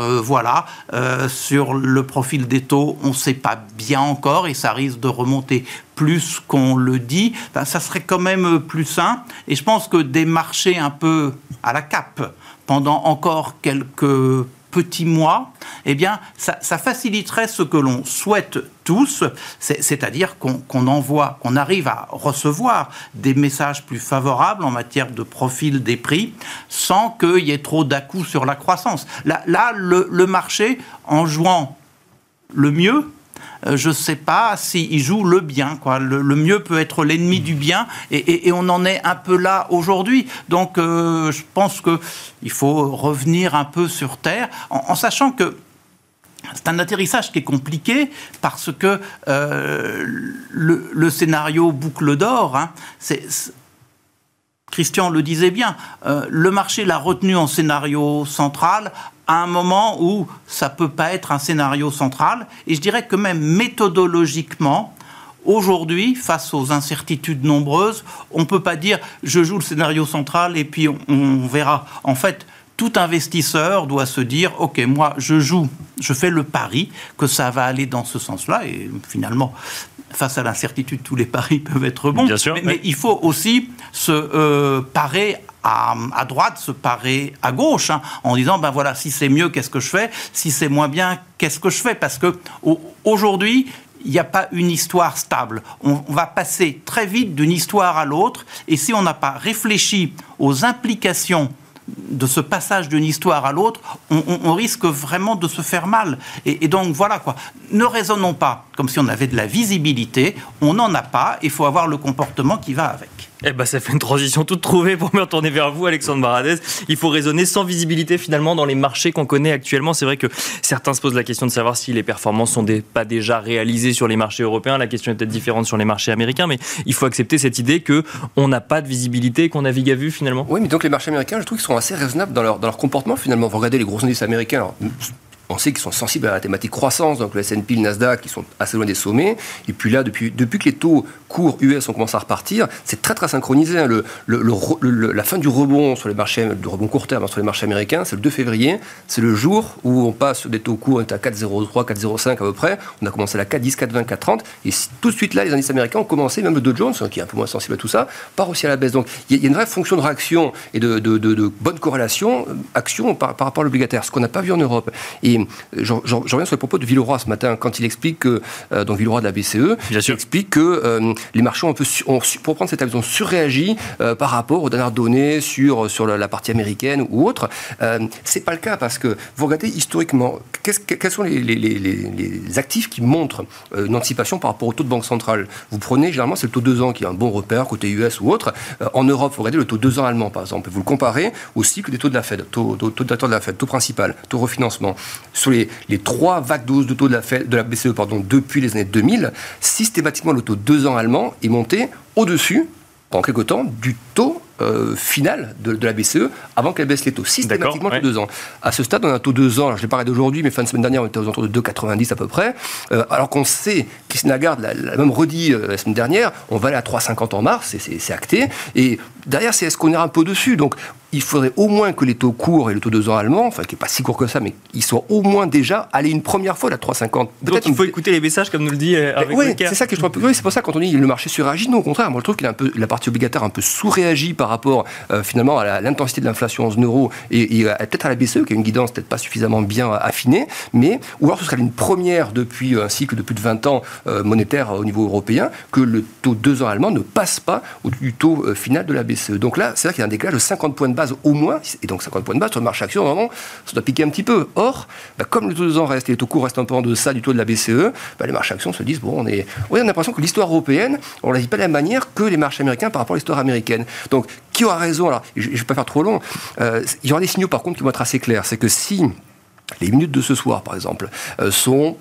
Speaker 5: sur le profil des taux, on ne sait pas bien encore et ça risque de remonter plus qu'on le dit, ça serait quand même plus sain. Et je pense que des marchés un peu à la cape pendant encore quelques petits mois, eh bien, ça faciliterait ce que l'on souhaite tous, c'est-à-dire qu'on arrive à recevoir des messages plus favorables en matière de profil des prix, sans qu'il y ait trop d'à-coups sur la croissance. Là, le marché, en jouant le mieux, je ne sais pas s'il joue le bien, quoi. Le mieux peut être l'ennemi du bien, et on en est un peu là aujourd'hui. Donc, je pense qu'il faut revenir un peu sur Terre, en sachant que c'est un atterrissage qui est compliqué, parce que le scénario boucle d'or, Christian le disait bien, le marché l'a retenu en scénario central à un moment où ça ne peut pas être un scénario central. Et je dirais que même méthodologiquement, aujourd'hui, face aux incertitudes nombreuses, on ne peut pas dire « je joue le scénario central et puis on verra ». En fait, tout investisseur doit se dire « ok, moi je fais le pari que ça va aller dans ce sens-là ». Et finalement, face à l'incertitude, tous les paris peuvent être bons.
Speaker 2: Bien sûr,
Speaker 5: mais il faut aussi se parer à droite, se parer à gauche, en disant, ben voilà, si c'est mieux, qu'est-ce que je fais ? Si c'est moins bien, qu'est-ce que je fais ? Parce que aujourd'hui, il n'y a pas une histoire stable. On va passer très vite d'une histoire à l'autre, et si on n'a pas réfléchi aux implications de ce passage d'une histoire à l'autre, on risque vraiment de se faire mal. Et donc voilà quoi. Ne raisonnons pas comme si on avait de la visibilité. On n'en a pas. Il faut avoir le comportement qui va avec.
Speaker 2: Eh ben, ça fait une transition toute trouvée pour me retourner vers vous, Alexandre Baradez. Il faut raisonner sans visibilité finalement dans les marchés qu'on connaît actuellement. C'est vrai que certains se posent la question de savoir si les performances sont pas déjà réalisées sur les marchés européens. La question est peut-être différente sur les marchés américains, mais il faut accepter cette idée qu'on n'a pas de visibilité et qu'on navigue à vue finalement.
Speaker 6: Oui, mais donc les marchés américains, je trouve qu'ils sont assez raisonnables dans leur comportement finalement. Vous regardez les gros indices américains. Alors, on sait qu'ils sont sensibles à la thématique croissance, donc le S&P, le Nasdaq, qui sont assez loin des sommets. Et puis là, depuis que les taux courts US ont commencé à repartir, c'est très très synchronisé. La fin du rebond sur les marchés, du rebond court terme sur les marchés américains, c'est le 2 février. C'est le jour où on passe sur des taux courts, on est à 4,03, 4,05 à peu près. On a commencé à la 4,10, 4,20, 4,30. Et tout de suite là, les indices américains ont commencé, même le Dow Jones, qui est un peu moins sensible à tout ça, part aussi à la baisse. Donc il y a une vraie fonction de réaction et de bonne corrélation, action par rapport à l'obligataire, ce qu'on n'a pas vu en Europe. Et je reviens sur les propos de Villeroy ce matin, quand il explique que, donc Villeroy de la BCE, il explique que les marchés pour prendre cette avis, ont surréagi par rapport aux dernières données sur la partie américaine ou autre. C'est pas le cas parce que vous regardez historiquement, quels sont les actifs qui montrent une anticipation par rapport au taux de banque centrale. Vous prenez, généralement, c'est le taux 2 ans qui est un bon repère côté US ou autre. En Europe, vous regardez le taux 2 ans allemand, par exemple. Vous le comparez au cycle des taux de la Fed, taux d'acteur de la Fed, taux principal, taux refinancement. Sur les 3 vagues de hausse de taux de la BCE depuis les années 2000, systématiquement le taux 2 ans allemand est monté au-dessus, pendant quelque temps, du taux final de la BCE avant qu'elle baisse les taux, systématiquement tous 2 ans. À ce stade, on a un taux 2 ans, alors je l'ai pas regardé aujourd'hui, mais fin de semaine dernière, on était aux alentours de 2,90 à peu près, alors qu'on sait, Christine Lagarde l'a même redit la semaine dernière, on va aller à 3,50 en mars, c'est acté, et derrière, c'est est-ce qu'on ira un peu dessus, donc il faudrait au moins que les taux courts et le taux 2 ans allemand, enfin qui n'est pas si court que ça, mais ils soient au moins déjà allés une première fois à la 3,50.
Speaker 2: Donc il faut écouter les messages, comme nous le dit Hervé
Speaker 6: Oui, c'est ça que je trouve un peu. Oui, c'est pour ça quand on dit le marché surréagit, non, au contraire, moi je trouve qu'il a la partie obligataire un peu sous-réagit par rapport finalement à l'intensité de l'inflation en zone euro et peut-être à la BCE qui a une guidance peut-être pas suffisamment bien affinée, mais ou alors ce serait une première depuis un cycle de plus de 20 ans monétaire au niveau européen que le taux 2 ans allemand ne passe pas du taux final de la BCE. Donc là, c'est vrai qu'il y a un décalage de 50 points de base au moins, et donc 50 points de base sur le marché action, vraiment, ça doit piquer un petit peu. Or, comme le taux 2 ans reste et les taux courts restent un peu en deçà du taux de la BCE, les marchés actions se disent, bon, on a l'impression que l'histoire européenne, on ne la vit pas de la même manière que les marchés américains par rapport à l'histoire américaine. Donc, qui aura raison ? Alors, je ne vais pas faire trop long. Il y aura des signaux, par contre, qui vont être assez clairs. C'est que si les minutes de ce soir, par exemple, sont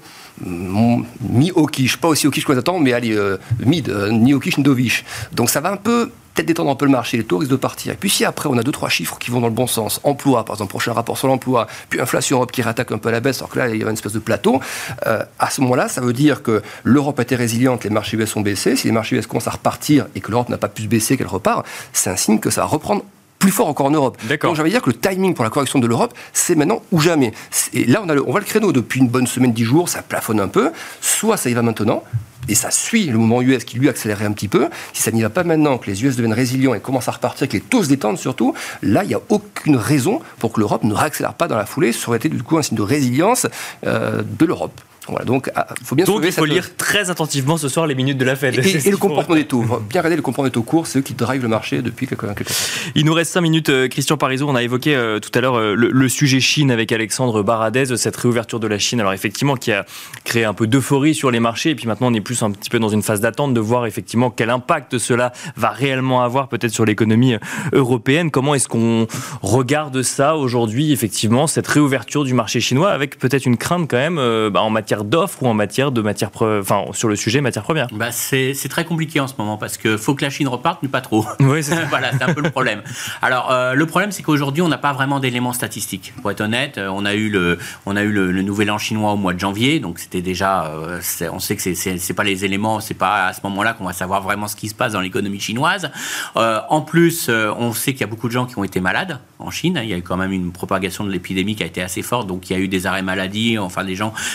Speaker 6: mi-hawkish, pas aussi hawkish qu'on les attend, mais allez, mid, ni hawkish ni dovish. Donc ça va un peu peut-être détendre un peu le marché, les taux risquent de partir. Et puis si après on a 2-3 chiffres qui vont dans le bon sens, emploi, par exemple, prochain rapport sur l'emploi, puis inflation Europe qui réattaque un peu à la baisse, alors que là il y a une espèce de plateau, à ce moment-là, ça veut dire que l'Europe a été résiliente, les marchés US ont baissé. Si les marchés US commencent à repartir et que l'Europe n'a pas pu se baisser, qu'elle repart, c'est un signe que ça va reprendre plus fort encore en Europe.
Speaker 2: D'accord.
Speaker 6: Donc j'avais dire que le timing pour la correction de l'Europe, c'est maintenant ou jamais. Et là, on voit le créneau depuis une bonne semaine, 10 jours, ça plafonne un peu. Soit ça y va maintenant, et ça suit le mouvement US qui lui accélérait un petit peu. Si ça n'y va pas maintenant, que les US deviennent résilients et commencent à repartir, que les taux se détendent surtout, là, il n'y a aucune raison pour que l'Europe ne réaccélère pas dans la foulée. Ça aurait été du coup un signe de résilience de l'Europe. Voilà, donc il
Speaker 2: faut lire très attentivement ce soir les minutes de la Fed.
Speaker 6: Et le comportement des taux. Bien regarder le comportement des taux courts, c'est eux qui drivent le marché depuis quelques temps.
Speaker 2: Il nous reste 5 minutes. Christian Parizeau, on a évoqué tout à l'heure le sujet Chine avec Alexandre Baradez, cette réouverture de la Chine, alors effectivement qui a créé un peu d'euphorie sur les marchés, et puis maintenant on est plus un petit peu dans une phase d'attente de voir effectivement quel impact cela va réellement avoir peut-être sur l'économie européenne. Comment est-ce qu'on regarde ça aujourd'hui, effectivement, cette réouverture du marché chinois, avec peut-être une crainte quand même en matière d'offres ou en matière de sur le sujet matières premières.
Speaker 4: C'est très compliqué en ce moment parce que faut que la Chine reparte, mais pas trop.
Speaker 2: Oui, c'est
Speaker 4: voilà, c'est un peu le problème. Alors le problème, c'est qu'aujourd'hui on n'a pas vraiment d'éléments statistiques. Pour être honnête, on a eu le nouvel an chinois au mois de janvier, donc c'était déjà, on sait que c'est pas les éléments, c'est pas à ce moment-là qu'on va savoir vraiment ce qui se passe dans l'économie chinoise. En plus, on sait qu'il y a beaucoup de gens qui ont été malades en Chine. Il y a eu quand même une propagation de l'épidémie qui a été assez forte, donc il y a eu des arrêts maladie, enfin des gens qui se sont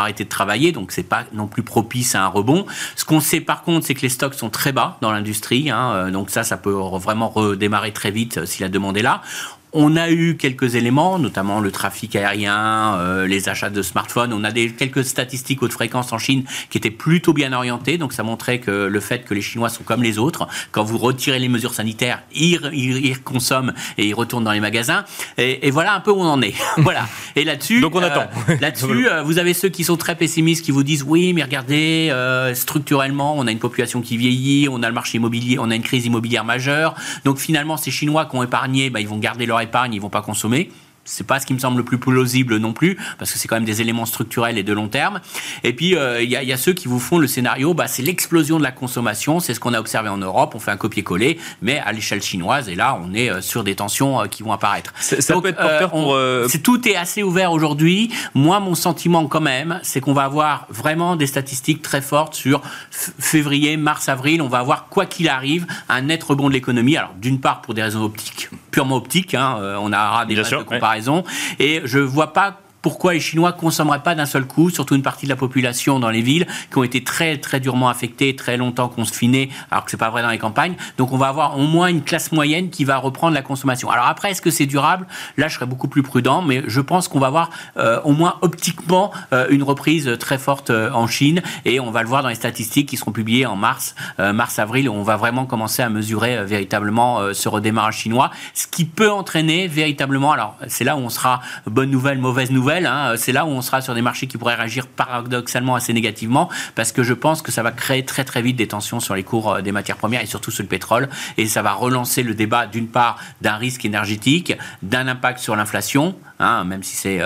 Speaker 4: arrêté de travailler, donc c'est pas non plus propice à un rebond. Ce qu'on sait par contre, c'est que les stocks sont très bas dans l'industrie, donc ça peut vraiment redémarrer très vite si la demande est là. On a eu quelques éléments, notamment le trafic aérien, les achats de smartphones. On a quelques statistiques haute fréquence en Chine qui étaient plutôt bien orientées. Donc ça montrait que le fait que les Chinois sont comme les autres, quand vous retirez les mesures sanitaires, ils consomment et ils retournent dans les magasins. Et voilà un peu où on en est. Voilà. Et là-dessus,
Speaker 2: donc on attend.
Speaker 4: Là-dessus, vous avez ceux qui sont très pessimistes, qui vous disent oui, mais regardez, structurellement, on a une population qui vieillit, on a le marché immobilier, on a une crise immobilière majeure. Donc finalement, ces Chinois qui ont épargné, ils vont garder leur épargne, ils vont pas consommer. C'est pas ce qui me semble le plus plausible non plus, parce que c'est quand même des éléments structurels et de long terme. Et puis, il y a ceux qui vous font le scénario, c'est l'explosion de la consommation, c'est ce qu'on a observé en Europe, on fait un copier-coller, mais à l'échelle chinoise, et là, on est sur des tensions qui vont apparaître.
Speaker 2: Ça peut être porteur pour...
Speaker 4: Tout est assez ouvert aujourd'hui. Moi, mon sentiment quand même, c'est qu'on va avoir vraiment des statistiques très fortes sur février, mars, avril. On va avoir, quoi qu'il arrive, un net rebond de l'économie. Alors, d'une part, pour des raisons purement optiques, on aura des bases de comparaison. Et je ne vois pas pourquoi les Chinois ne consommeraient pas d'un seul coup, surtout une partie de la population dans les villes qui ont été très, très durement affectées, très longtemps confinées, alors que ce n'est pas vrai dans les campagnes. Donc on va avoir au moins une classe moyenne qui va reprendre la consommation. Alors après, est-ce que c'est durable ? Là, je serais beaucoup plus prudent, mais je pense qu'on va avoir au moins optiquement une reprise très forte en Chine, et on va le voir dans les statistiques qui seront publiées en mars-avril, où on va vraiment commencer à mesurer véritablement ce redémarrage chinois, ce qui peut entraîner véritablement, alors c'est là où on sera bonne nouvelle, mauvaise nouvelle, c'est là où on sera sur des marchés qui pourraient réagir paradoxalement assez négativement, parce que je pense que ça va créer très très vite des tensions sur les cours des matières premières et surtout sur le pétrole, et ça va relancer le débat d'une part d'un risque énergétique, d'un impact sur l'inflation, même si c'est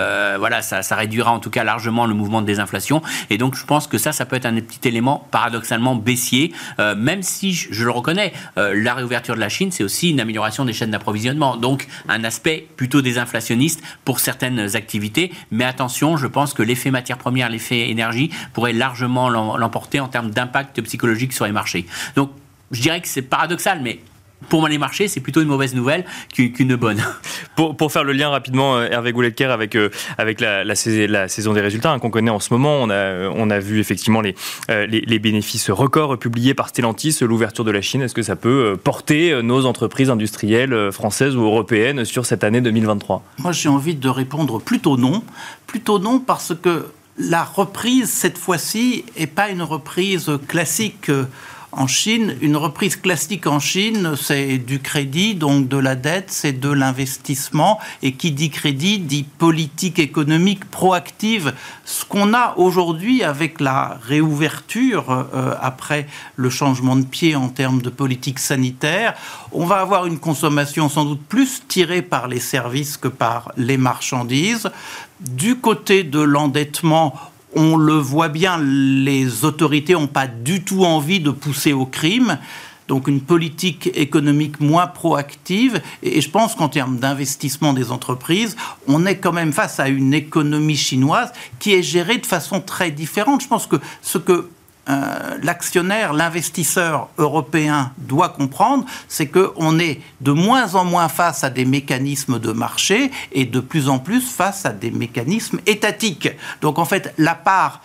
Speaker 4: ça réduira en tout cas largement le mouvement de désinflation, et donc je pense que ça peut être un petit élément paradoxalement baissier, même si je le reconnais, la réouverture de la Chine, c'est aussi une amélioration des chaînes d'approvisionnement, donc un aspect plutôt désinflationniste pour certaines activités. Mais attention, je pense que l'effet matière première, l'effet énergie pourrait largement l'emporter en termes d'impact psychologique sur les marchés. Donc, je dirais que c'est paradoxal, mais pour les marchés, c'est plutôt une mauvaise nouvelle qu'une bonne.
Speaker 2: Pour faire le lien rapidement, Hervé Goulet-Decker, avec la saison des résultats qu'on connaît en ce moment, on a vu effectivement les bénéfices records publiés par Stellantis, l'ouverture de la Chine. Est-ce que ça peut porter nos entreprises industrielles françaises ou européennes sur cette année 2023 ?
Speaker 5: Moi, j'ai envie de répondre plutôt non. Plutôt non, parce que la reprise, cette fois-ci, n'est pas une reprise classique en Chine. Une reprise classique en Chine, c'est du crédit, donc de la dette, c'est de l'investissement. Et qui dit crédit, dit politique économique proactive. Ce qu'on a aujourd'hui avec la réouverture, après le changement de pied en termes de politique sanitaire, on va avoir une consommation sans doute plus tirée par les services que par les marchandises. Du côté de l'endettement, on le voit bien, les autorités n'ont pas du tout envie de pousser au crime. Donc une politique économique moins proactive. Et je pense qu'en termes d'investissement des entreprises, on est quand même face à une économie chinoise qui est gérée de façon très différente. Je pense que ce que l'actionnaire, l'investisseur européen doit comprendre, c'est qu'on est de moins en moins face à des mécanismes de marché et de plus en plus face à des mécanismes étatiques. Donc en fait, la part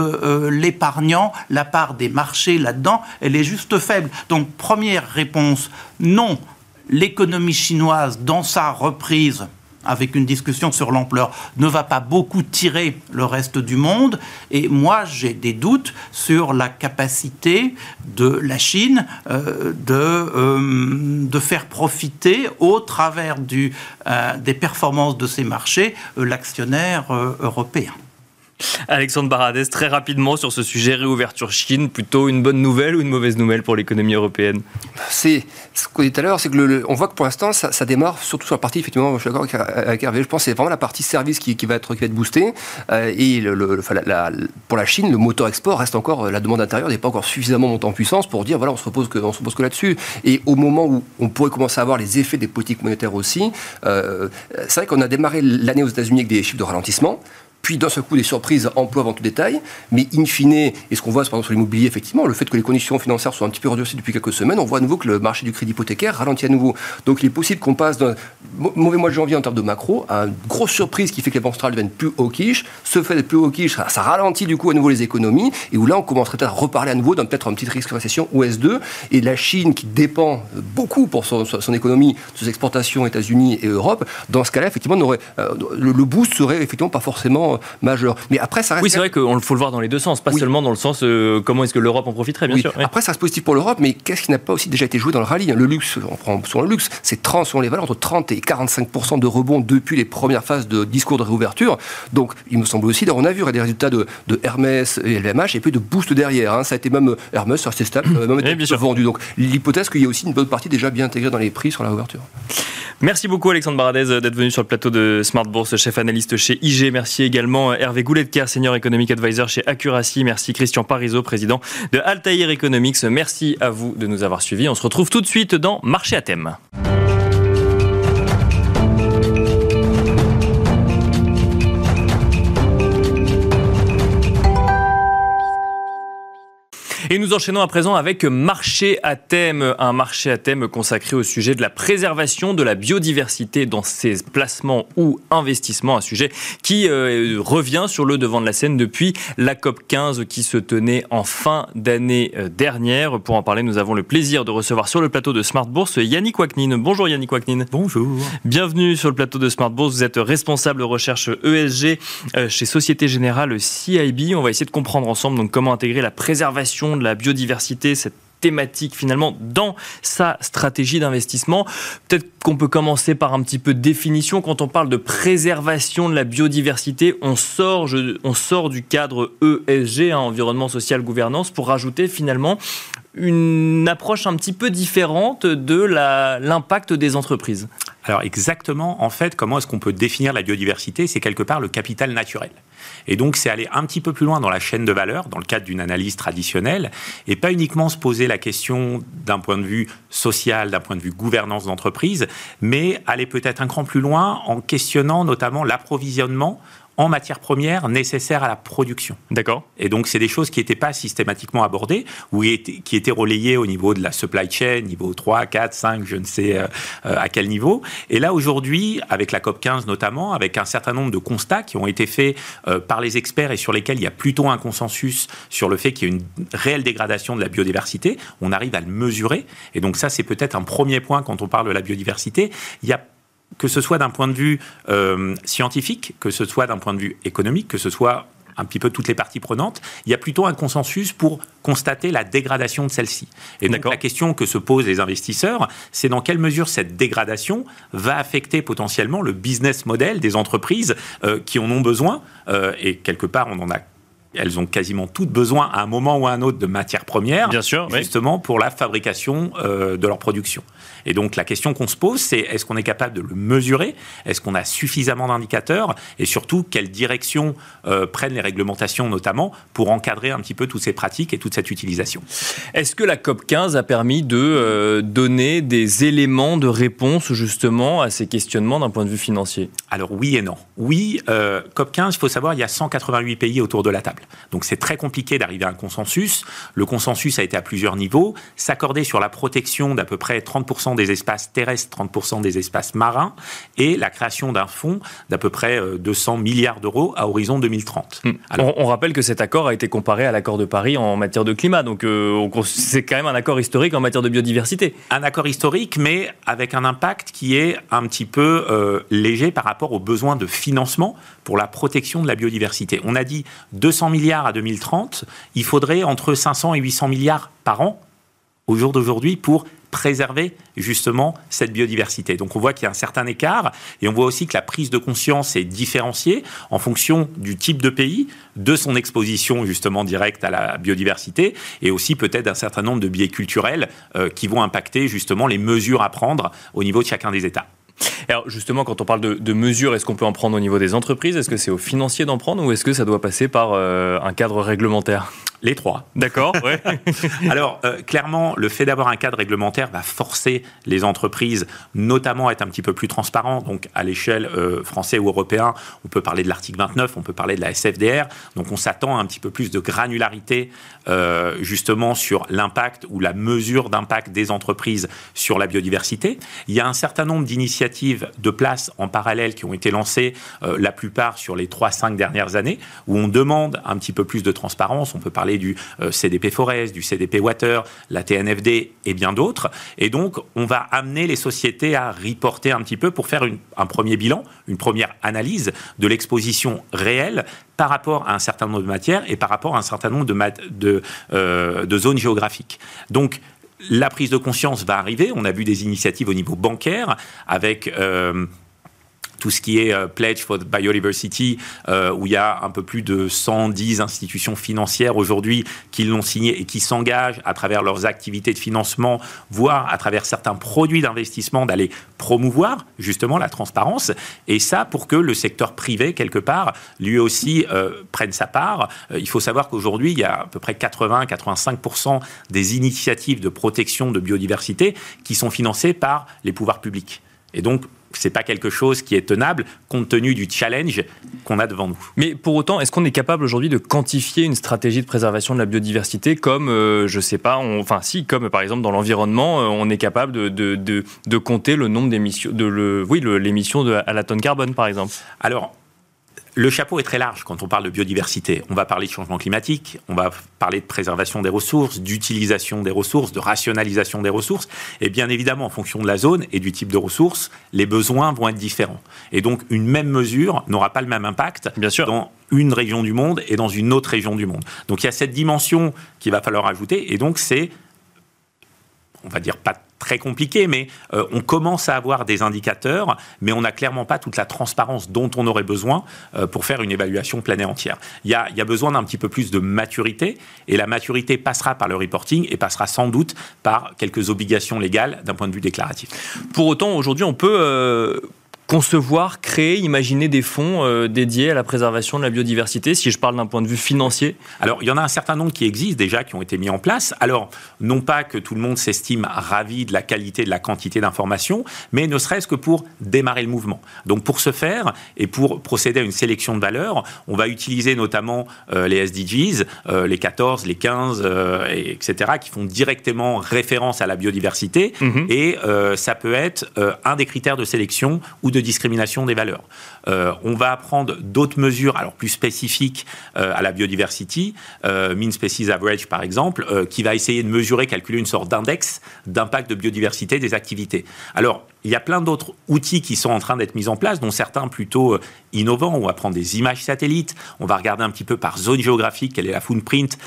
Speaker 5: de l'épargnant, la part des marchés là-dedans, elle est juste faible. Donc première réponse, non, l'économie chinoise, dans sa reprise, avec une discussion sur l'ampleur, ne va pas beaucoup tirer le reste du monde. Et moi, j'ai des doutes sur la capacité de la Chine de faire profiter, au travers des performances de ses marchés, l'actionnaire européen.
Speaker 2: Alexandre Baradez, très rapidement sur ce sujet, réouverture Chine, plutôt une bonne nouvelle ou une mauvaise nouvelle pour l'économie européenne ?
Speaker 6: C'est ce qu'on dit tout à l'heure, c'est que on voit que pour l'instant ça démarre surtout sur la partie, effectivement, je suis d'accord avec Hervé, je pense que c'est vraiment la partie service qui va être boostée, et pour la Chine, le moteur export reste encore, la demande intérieure n'est pas encore suffisamment montée en puissance pour dire voilà, on se repose que là-dessus, et au moment où on pourrait commencer à voir les effets des politiques monétaires aussi, c'est vrai qu'on a démarré l'année aux États-Unis avec des chiffres de ralentissement. puis d'un seul coup des surprises emploi vente au détail, mais in fine, et ce qu'on voit par exemple sur l'immobilier, effectivement, le fait que les conditions financières soient un petit peu redurcies depuis quelques semaines, on voit à nouveau que le marché du crédit hypothécaire ralentit à nouveau. Donc il est possible qu'on passe d'un mauvais mois de janvier en termes de macro à une grosse surprise qui fait que les banques centrales deviennent plus hawkish. Ce fait d'être plus hawkish, ça ralentit du coup à nouveau les économies, et où là on commencerait à reparler à nouveau d'un peut-être un petit risque de récession ou S2, et la Chine qui dépend beaucoup pour son économie, ses exportations États-Unis et Europe, dans ce cas-là, effectivement, le boost serait effectivement pas forcément majeur. Mais après, ça reste...
Speaker 2: Oui, c'est vrai qu'il faut le voir dans les deux sens, pas seulement dans le sens comment est-ce que l'Europe en profiterait, bien sûr. Oui.
Speaker 6: Après, ça reste positif pour l'Europe, mais qu'est-ce qui n'a pas aussi déjà été joué dans le rallye ? Le luxe, on prend souvent le luxe, c'est selon les valeurs, entre 30 et 45% de rebond depuis les premières phases de discours de réouverture. Donc, il me semble aussi, on a vu des résultats de Hermès et LVMH, et puis de boost derrière. Ça a été même Hermès, ça resté stable, même été vendu. Donc, l'hypothèse qu'il y a aussi une bonne partie déjà bien intégrée dans les prix sur la réouverture.
Speaker 2: Merci beaucoup Alexandre Baradez d'être venu sur le plateau de Smart Bourse, chef analyste chez IG. Merci également Hervé Gouletker, senior economic advisor chez Accuracy. Merci Christian Parizeau, président de Altair Economics. Merci à vous de nous avoir suivis. On se retrouve tout de suite dans Marché à thème. Et nous enchaînons à présent avec Marché à thème, un marché à thème consacré au sujet de la préservation de la biodiversité dans ses placements ou investissements, un sujet qui revient sur le devant de la scène depuis la COP15 qui se tenait en fin d'année dernière. Pour en parler, nous avons le plaisir de recevoir sur le plateau de Smart Bourse Yannick Waknin. Bonjour Yannick Waknin.
Speaker 7: Bonjour.
Speaker 2: Bienvenue sur le plateau de Smart Bourse. Vous êtes responsable recherche ESG chez Société Générale CIB. On va essayer de comprendre ensemble donc comment intégrer la préservation de la biodiversité, cette thématique finalement dans sa stratégie d'investissement. Peut-être qu'on peut commencer par un petit peu de définition. Quand on parle de préservation de la biodiversité, on sort du cadre ESG, environnement, social, gouvernance, pour rajouter finalement une approche un petit peu différente de l'impact des entreprises.
Speaker 7: Alors exactement, en fait, comment est-ce qu'on peut définir la biodiversité ? C'est quelque part le capital naturel. Et donc, c'est aller un petit peu plus loin dans la chaîne de valeur, dans le cadre d'une analyse traditionnelle, et pas uniquement se poser la question d'un point de vue social, d'un point de vue gouvernance d'entreprise, mais aller peut-être un cran plus loin en questionnant notamment l'approvisionnement en matières premières nécessaires à la production.
Speaker 2: D'accord.
Speaker 7: Et donc, c'est des choses qui n'étaient pas systématiquement abordées ou qui étaient relayées au niveau de la supply chain, niveau 3, 4, 5, je ne sais à quel niveau. Et là, aujourd'hui, avec la COP15 notamment, avec un certain nombre de constats qui ont été faits par les experts et sur lesquels il y a plutôt un consensus sur le fait qu'il y a une réelle dégradation de la biodiversité, on arrive à le mesurer. Et donc, ça, c'est peut-être un premier point quand on parle de la biodiversité. Il y a que ce soit d'un point de vue scientifique, que ce soit d'un point de vue économique, que ce soit un petit peu toutes les parties prenantes, il y a plutôt un consensus pour constater la dégradation de celle-ci. Et donc la question que se posent les investisseurs, c'est dans quelle mesure cette dégradation va affecter potentiellement le business model des entreprises qui en ont besoin, et quelque part elles ont quasiment toutes besoin à un moment ou à un autre de matières premières,
Speaker 2: bien sûr,
Speaker 7: justement pour la fabrication de leur production. Et donc la question qu'on se pose, c'est est-ce qu'on est capable de le mesurer ? Est-ce qu'on a suffisamment d'indicateurs ? Et surtout, quelle direction prennent les réglementations notamment pour encadrer un petit peu toutes ces pratiques et toute cette utilisation ?
Speaker 2: Est-ce que la COP15 a permis de donner des éléments de réponse justement à ces questionnements d'un point de vue financier ?
Speaker 7: Alors oui et non. Oui, COP15, il faut savoir, il y a 188 pays autour de la table. Donc c'est très compliqué d'arriver à un consensus. Le consensus a été à plusieurs niveaux. S'accorder sur la protection d'à peu près 30% des espaces terrestres, 30% des espaces marins et la création d'un fonds d'à peu près 200 milliards d'euros à horizon 2030.
Speaker 2: Alors, on rappelle que cet accord a été comparé à l'accord de Paris en matière de climat. Donc c'est quand même un accord historique en matière de biodiversité.
Speaker 7: Un accord historique, mais avec un impact qui est un petit peu léger par rapport aux besoins de financement pour la protection de la biodiversité. On a dit 200 milliards à 2030, il faudrait entre 500 et 800 milliards par an au jour d'aujourd'hui pour préserver justement cette biodiversité. Donc on voit qu'il y a un certain écart et on voit aussi que la prise de conscience est différenciée en fonction du type de pays, de son exposition justement directe à la biodiversité et aussi peut-être d'un certain nombre de biais culturels qui vont impacter justement les mesures à prendre au niveau de chacun des États.
Speaker 2: Alors justement, quand on parle de mesures, est-ce qu'on peut en prendre au niveau des entreprises ? Est-ce que c'est aux financiers d'en prendre ou est-ce que ça doit passer par un cadre réglementaire ?
Speaker 7: Les trois.
Speaker 2: D'accord, ouais.
Speaker 7: Alors, clairement, le fait d'avoir un cadre réglementaire va forcer les entreprises, notamment à être un petit peu plus transparents. Donc, à l'échelle française ou européenne, on peut parler de l'article 29, on peut parler de la SFDR. Donc, on s'attend à un petit peu plus de granularité, justement, sur l'impact ou la mesure d'impact des entreprises sur la biodiversité. Il y a un certain nombre d'initiatives de place en parallèle qui ont été lancées, la plupart sur les 3-5 dernières années, où on demande un petit peu plus de transparence. On peut parler du CDP Forest, du CDP Water, la TNFD et bien d'autres. Et donc, on va amener les sociétés à reporter un petit peu pour faire un premier bilan, une première analyse de l'exposition réelle par rapport à un certain nombre de matières et par rapport à un certain nombre de zones géographiques. Donc, la prise de conscience va arriver. On a vu des initiatives au niveau bancaire avec tout ce qui est Pledge for Biodiversity, où il y a un peu plus de 110 institutions financières aujourd'hui qui l'ont signé et qui s'engagent à travers leurs activités de financement, voire à travers certains produits d'investissement, d'aller promouvoir justement la transparence. Et ça, pour que le secteur privé, quelque part, lui aussi prenne sa part. Il faut savoir qu'aujourd'hui, il y a à peu près 80-85% des initiatives de protection de biodiversité qui sont financées par les pouvoirs publics. Et donc, c'est pas quelque chose qui est tenable compte tenu du challenge qu'on a devant nous.
Speaker 2: Mais pour autant, est-ce qu'on est capable aujourd'hui de quantifier une stratégie de préservation de la biodiversité comme, je sais pas, comme par exemple dans l'environnement, on est capable de compter le nombre d'émissions, l'émission à la tonne carbone par exemple?
Speaker 7: Alors, le chapeau est très large quand on parle de biodiversité. On va parler de changement climatique, on va parler de préservation des ressources, d'utilisation des ressources, de rationalisation des ressources. Et bien évidemment, en fonction de la zone et du type de ressources, les besoins vont être différents. Et donc, une même mesure n'aura pas le même impact dans une région du monde et dans une autre région du monde. Donc, il y a cette dimension qu'il va falloir ajouter. Et donc, c'est, on va dire, pas très compliqué, mais on commence à avoir des indicateurs, mais on n'a clairement pas toute la transparence dont on aurait besoin pour faire une évaluation pleine et entière. Il y a besoin d'un petit peu plus de maturité, et la maturité passera par le reporting et passera sans doute par quelques obligations légales d'un point de vue déclaratif.
Speaker 2: Pour autant, aujourd'hui, on peut concevoir, créer, imaginer des fonds dédiés à la préservation de la biodiversité, si je parle d'un point de vue financier?
Speaker 7: Alors, il y en a un certain nombre qui existent déjà, qui ont été mis en place. Alors, non pas que tout le monde s'estime ravi de la qualité, de la quantité d'informations, mais ne serait-ce que pour démarrer le mouvement. Donc, pour ce faire, et pour procéder à une sélection de valeurs, on va utiliser notamment les SDGs, les 14, les 15, etc., qui font directement référence à la biodiversité. Et ça peut être un des critères de sélection ou de discrimination des valeurs. On va prendre d'autres mesures, alors plus spécifiques à la biodiversité, Mean Species Average par exemple, qui va essayer de mesurer, calculer une sorte d'index d'impact de biodiversité des activités. Alors, il y a plein d'autres outils qui sont en train d'être mis en place, dont certains plutôt innovants. On va prendre des images satellites, on va regarder un petit peu par zone géographique, quelle est la footprint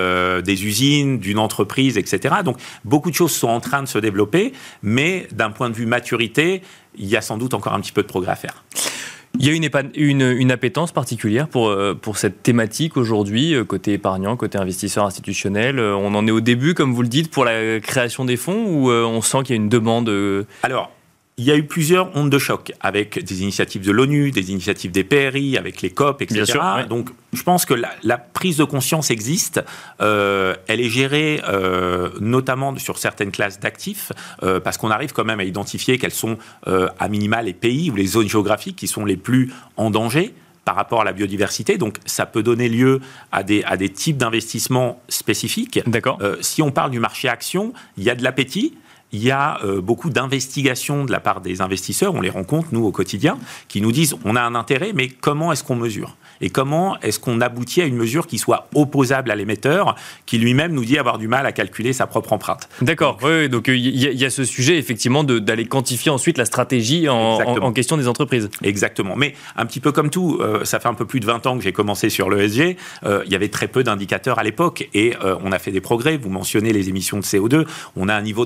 Speaker 7: des usines, d'une entreprise, etc. Donc, beaucoup de choses sont en train de se développer, mais d'un point de vue maturité, il y a sans doute encore un petit peu de progrès à faire.
Speaker 2: Il y a une appétence particulière pour cette thématique aujourd'hui, côté épargnant, côté investisseur institutionnel. On en est au début, comme vous le dites, pour la création des fonds, ou on sent qu'il y a une demande
Speaker 7: Alors, il y a eu plusieurs ondes de choc avec des initiatives de l'ONU, des initiatives des PRI, avec les COP, etc.
Speaker 2: Bien sûr, ouais.
Speaker 7: Donc, je pense que la prise de conscience existe. Elle est gérée notamment sur certaines classes d'actifs, parce qu'on arrive quand même à identifier quels sont à minima les pays ou les zones géographiques qui sont les plus en danger par rapport à la biodiversité. Donc, ça peut donner lieu à des types d'investissements spécifiques.
Speaker 2: D'accord.
Speaker 7: Si on parle du marché action, il y a de l'appétit. Il y a beaucoup d'investigations de la part des investisseurs, on les rencontre, nous, au quotidien, qui nous disent on a un intérêt, mais comment est-ce qu'on mesure ? Et comment est-ce qu'on aboutit à une mesure qui soit opposable à l'émetteur, qui lui-même nous dit avoir du mal à calculer sa propre empreinte ?
Speaker 2: D'accord, oui, donc il y a ce sujet, effectivement, d'aller quantifier ensuite la stratégie en question des entreprises.
Speaker 7: Exactement, mais un petit peu comme tout, ça fait un peu plus de 20 ans que j'ai commencé sur l'ESG, il y avait très peu d'indicateurs à l'époque, et on a fait des progrès. Vous mentionnez les émissions de CO2, on a un niveau de granularité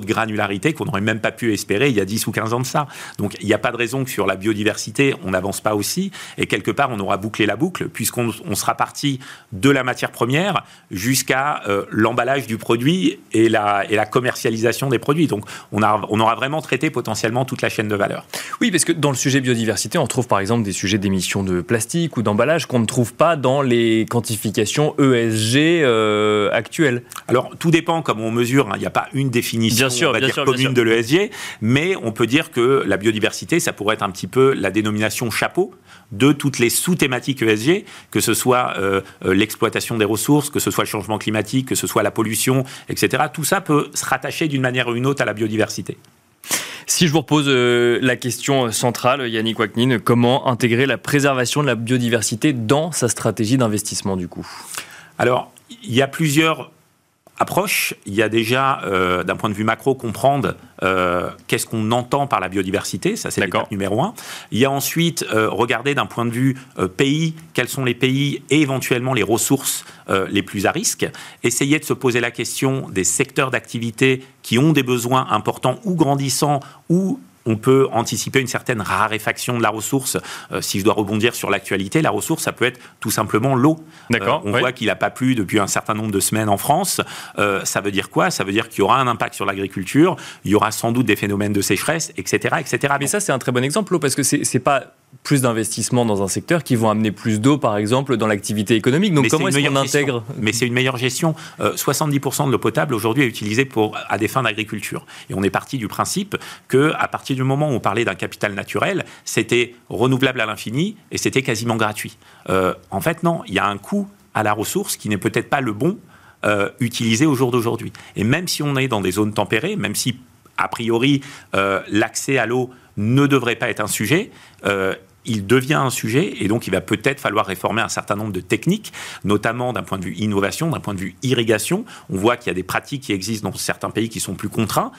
Speaker 7: particularités qu'on n'aurait même pas pu espérer il y a 10 ou 15 ans de ça. Donc il n'y a pas de raison que sur la biodiversité, on n'avance pas aussi. Et quelque part, on aura bouclé la boucle, puisqu'on sera parti de la matière première jusqu'à l'emballage du produit et la commercialisation des produits. Donc on aura vraiment traité potentiellement toute la chaîne de valeur.
Speaker 2: Oui, parce que dans le sujet biodiversité, on trouve par exemple des sujets d'émissions de plastique ou d'emballage qu'on ne trouve pas dans les quantifications ESG actuelles.
Speaker 7: Alors, tout dépend comment on mesure. Il n'y a pas une définition commune de l'ESG, mais on peut dire que la biodiversité, ça pourrait être un petit peu la dénomination chapeau de toutes les sous-thématiques ESG, que ce soit l'exploitation des ressources, que ce soit le changement climatique, que ce soit la pollution, etc. Tout ça peut se rattacher d'une manière ou d'une autre à la biodiversité.
Speaker 2: Si je vous repose la question centrale, Yannick Waknin, comment intégrer la préservation de la biodiversité dans sa stratégie d'investissement du coup ?
Speaker 7: Alors, il y a plusieurs approches. Il y a déjà, d'un point de vue macro, comprendre qu'est-ce qu'on entend par la biodiversité. Ça, c'est l'étape numéro 1. Il y a ensuite regarder d'un point de vue pays, quels sont les pays et éventuellement les ressources les plus à risque. Essayer de se poser la question des secteurs d'activité qui ont des besoins importants ou grandissants ou on peut anticiper une certaine raréfaction de la ressource. Si je dois rebondir sur l'actualité, la ressource, ça peut être tout simplement l'eau. On voit qu'il n'a pas plu depuis un certain nombre de semaines en France. Ça veut dire quoi ? Ça veut dire qu'il y aura un impact sur l'agriculture, il y aura sans doute des phénomènes de sécheresse, etc. etc.
Speaker 2: Mais ça, c'est un très bon exemple, l'eau, parce que c'est pas plus d'investissements dans un secteur qui vont amener plus d'eau, par exemple, dans l'activité économique. Donc, comment est-ce qu'on intègre ?
Speaker 7: Mais c'est une meilleure gestion. 70% de l'eau potable, aujourd'hui, est utilisée à des fins d'agriculture. Et on est parti du principe qu'à partir du moment où on parlait d'un capital naturel, c'était renouvelable à l'infini et c'était quasiment gratuit. En fait, non. Il y a un coût à la ressource qui n'est peut-être pas le bon utilisé au jour d'aujourd'hui. Et même si on est dans des zones tempérées, même si, a priori, l'accès à l'eau ne devrait pas être un sujet, il devient un sujet et donc il va peut-être falloir réformer un certain nombre de techniques, notamment d'un point de vue innovation, d'un point de vue irrigation. On voit qu'il y a des pratiques qui existent dans certains pays qui sont plus contraints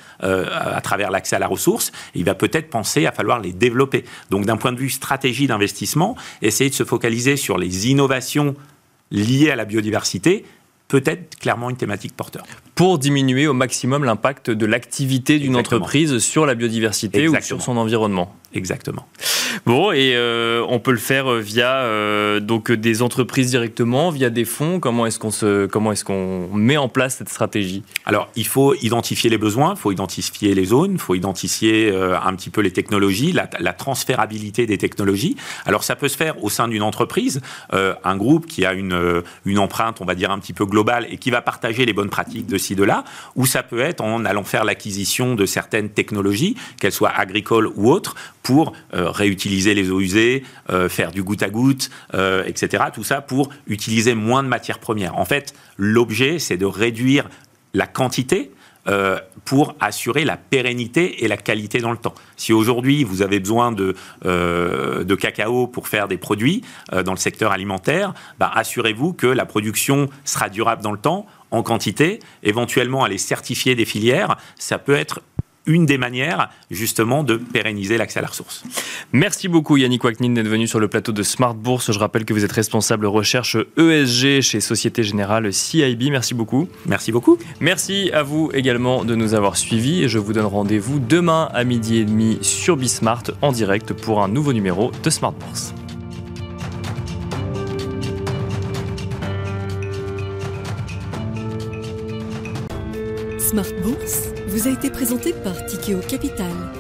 Speaker 7: à travers l'accès à la ressource. Et il va peut-être penser à falloir les développer. Donc d'un point de vue stratégie d'investissement, essayer de se focaliser sur les innovations liées à la biodiversité, peut-être clairement une thématique porteur.
Speaker 2: Pour diminuer au maximum l'impact de l'activité d'une entreprise sur la biodiversité ou sur son environnement.
Speaker 7: Exactement.
Speaker 2: Bon, et on peut le faire via donc des entreprises directement, via des fonds. Comment est-ce qu'on met en place cette stratégie ?
Speaker 7: Alors, il faut identifier les besoins, il faut identifier les zones, il faut identifier un petit peu les technologies, la transférabilité des technologies. Alors, ça peut se faire au sein d'une entreprise, un groupe qui a une empreinte, on va dire, un petit peu globale et qui va partager les bonnes pratiques de ci, de là, ou ça peut être en allant faire l'acquisition de certaines technologies, qu'elles soient agricoles ou autres, pour réutiliser les eaux usées, faire du goutte à goutte, etc. Tout ça pour utiliser moins de matières premières. En fait, l'objet, c'est de réduire la quantité pour assurer la pérennité et la qualité dans le temps. Si aujourd'hui, vous avez besoin de cacao pour faire des produits dans le secteur alimentaire, assurez-vous que la production sera durable dans le temps, en quantité, éventuellement aller certifier des filières. Ça peut être une des manières, justement, de pérenniser l'accès à la ressource.
Speaker 2: Merci beaucoup, Yannick Waknin, d'être venu sur le plateau de Smart Bourse. Je rappelle que vous êtes responsable recherche ESG chez Société Générale CIB. Merci beaucoup.
Speaker 7: Merci beaucoup.
Speaker 2: Merci à vous également de nous avoir suivis. Et je vous donne rendez-vous demain à 12h30 sur Bismart en direct pour un nouveau numéro de Smart Bourse.
Speaker 1: Smart Bourse vous a été présenté par Tikeo Capital.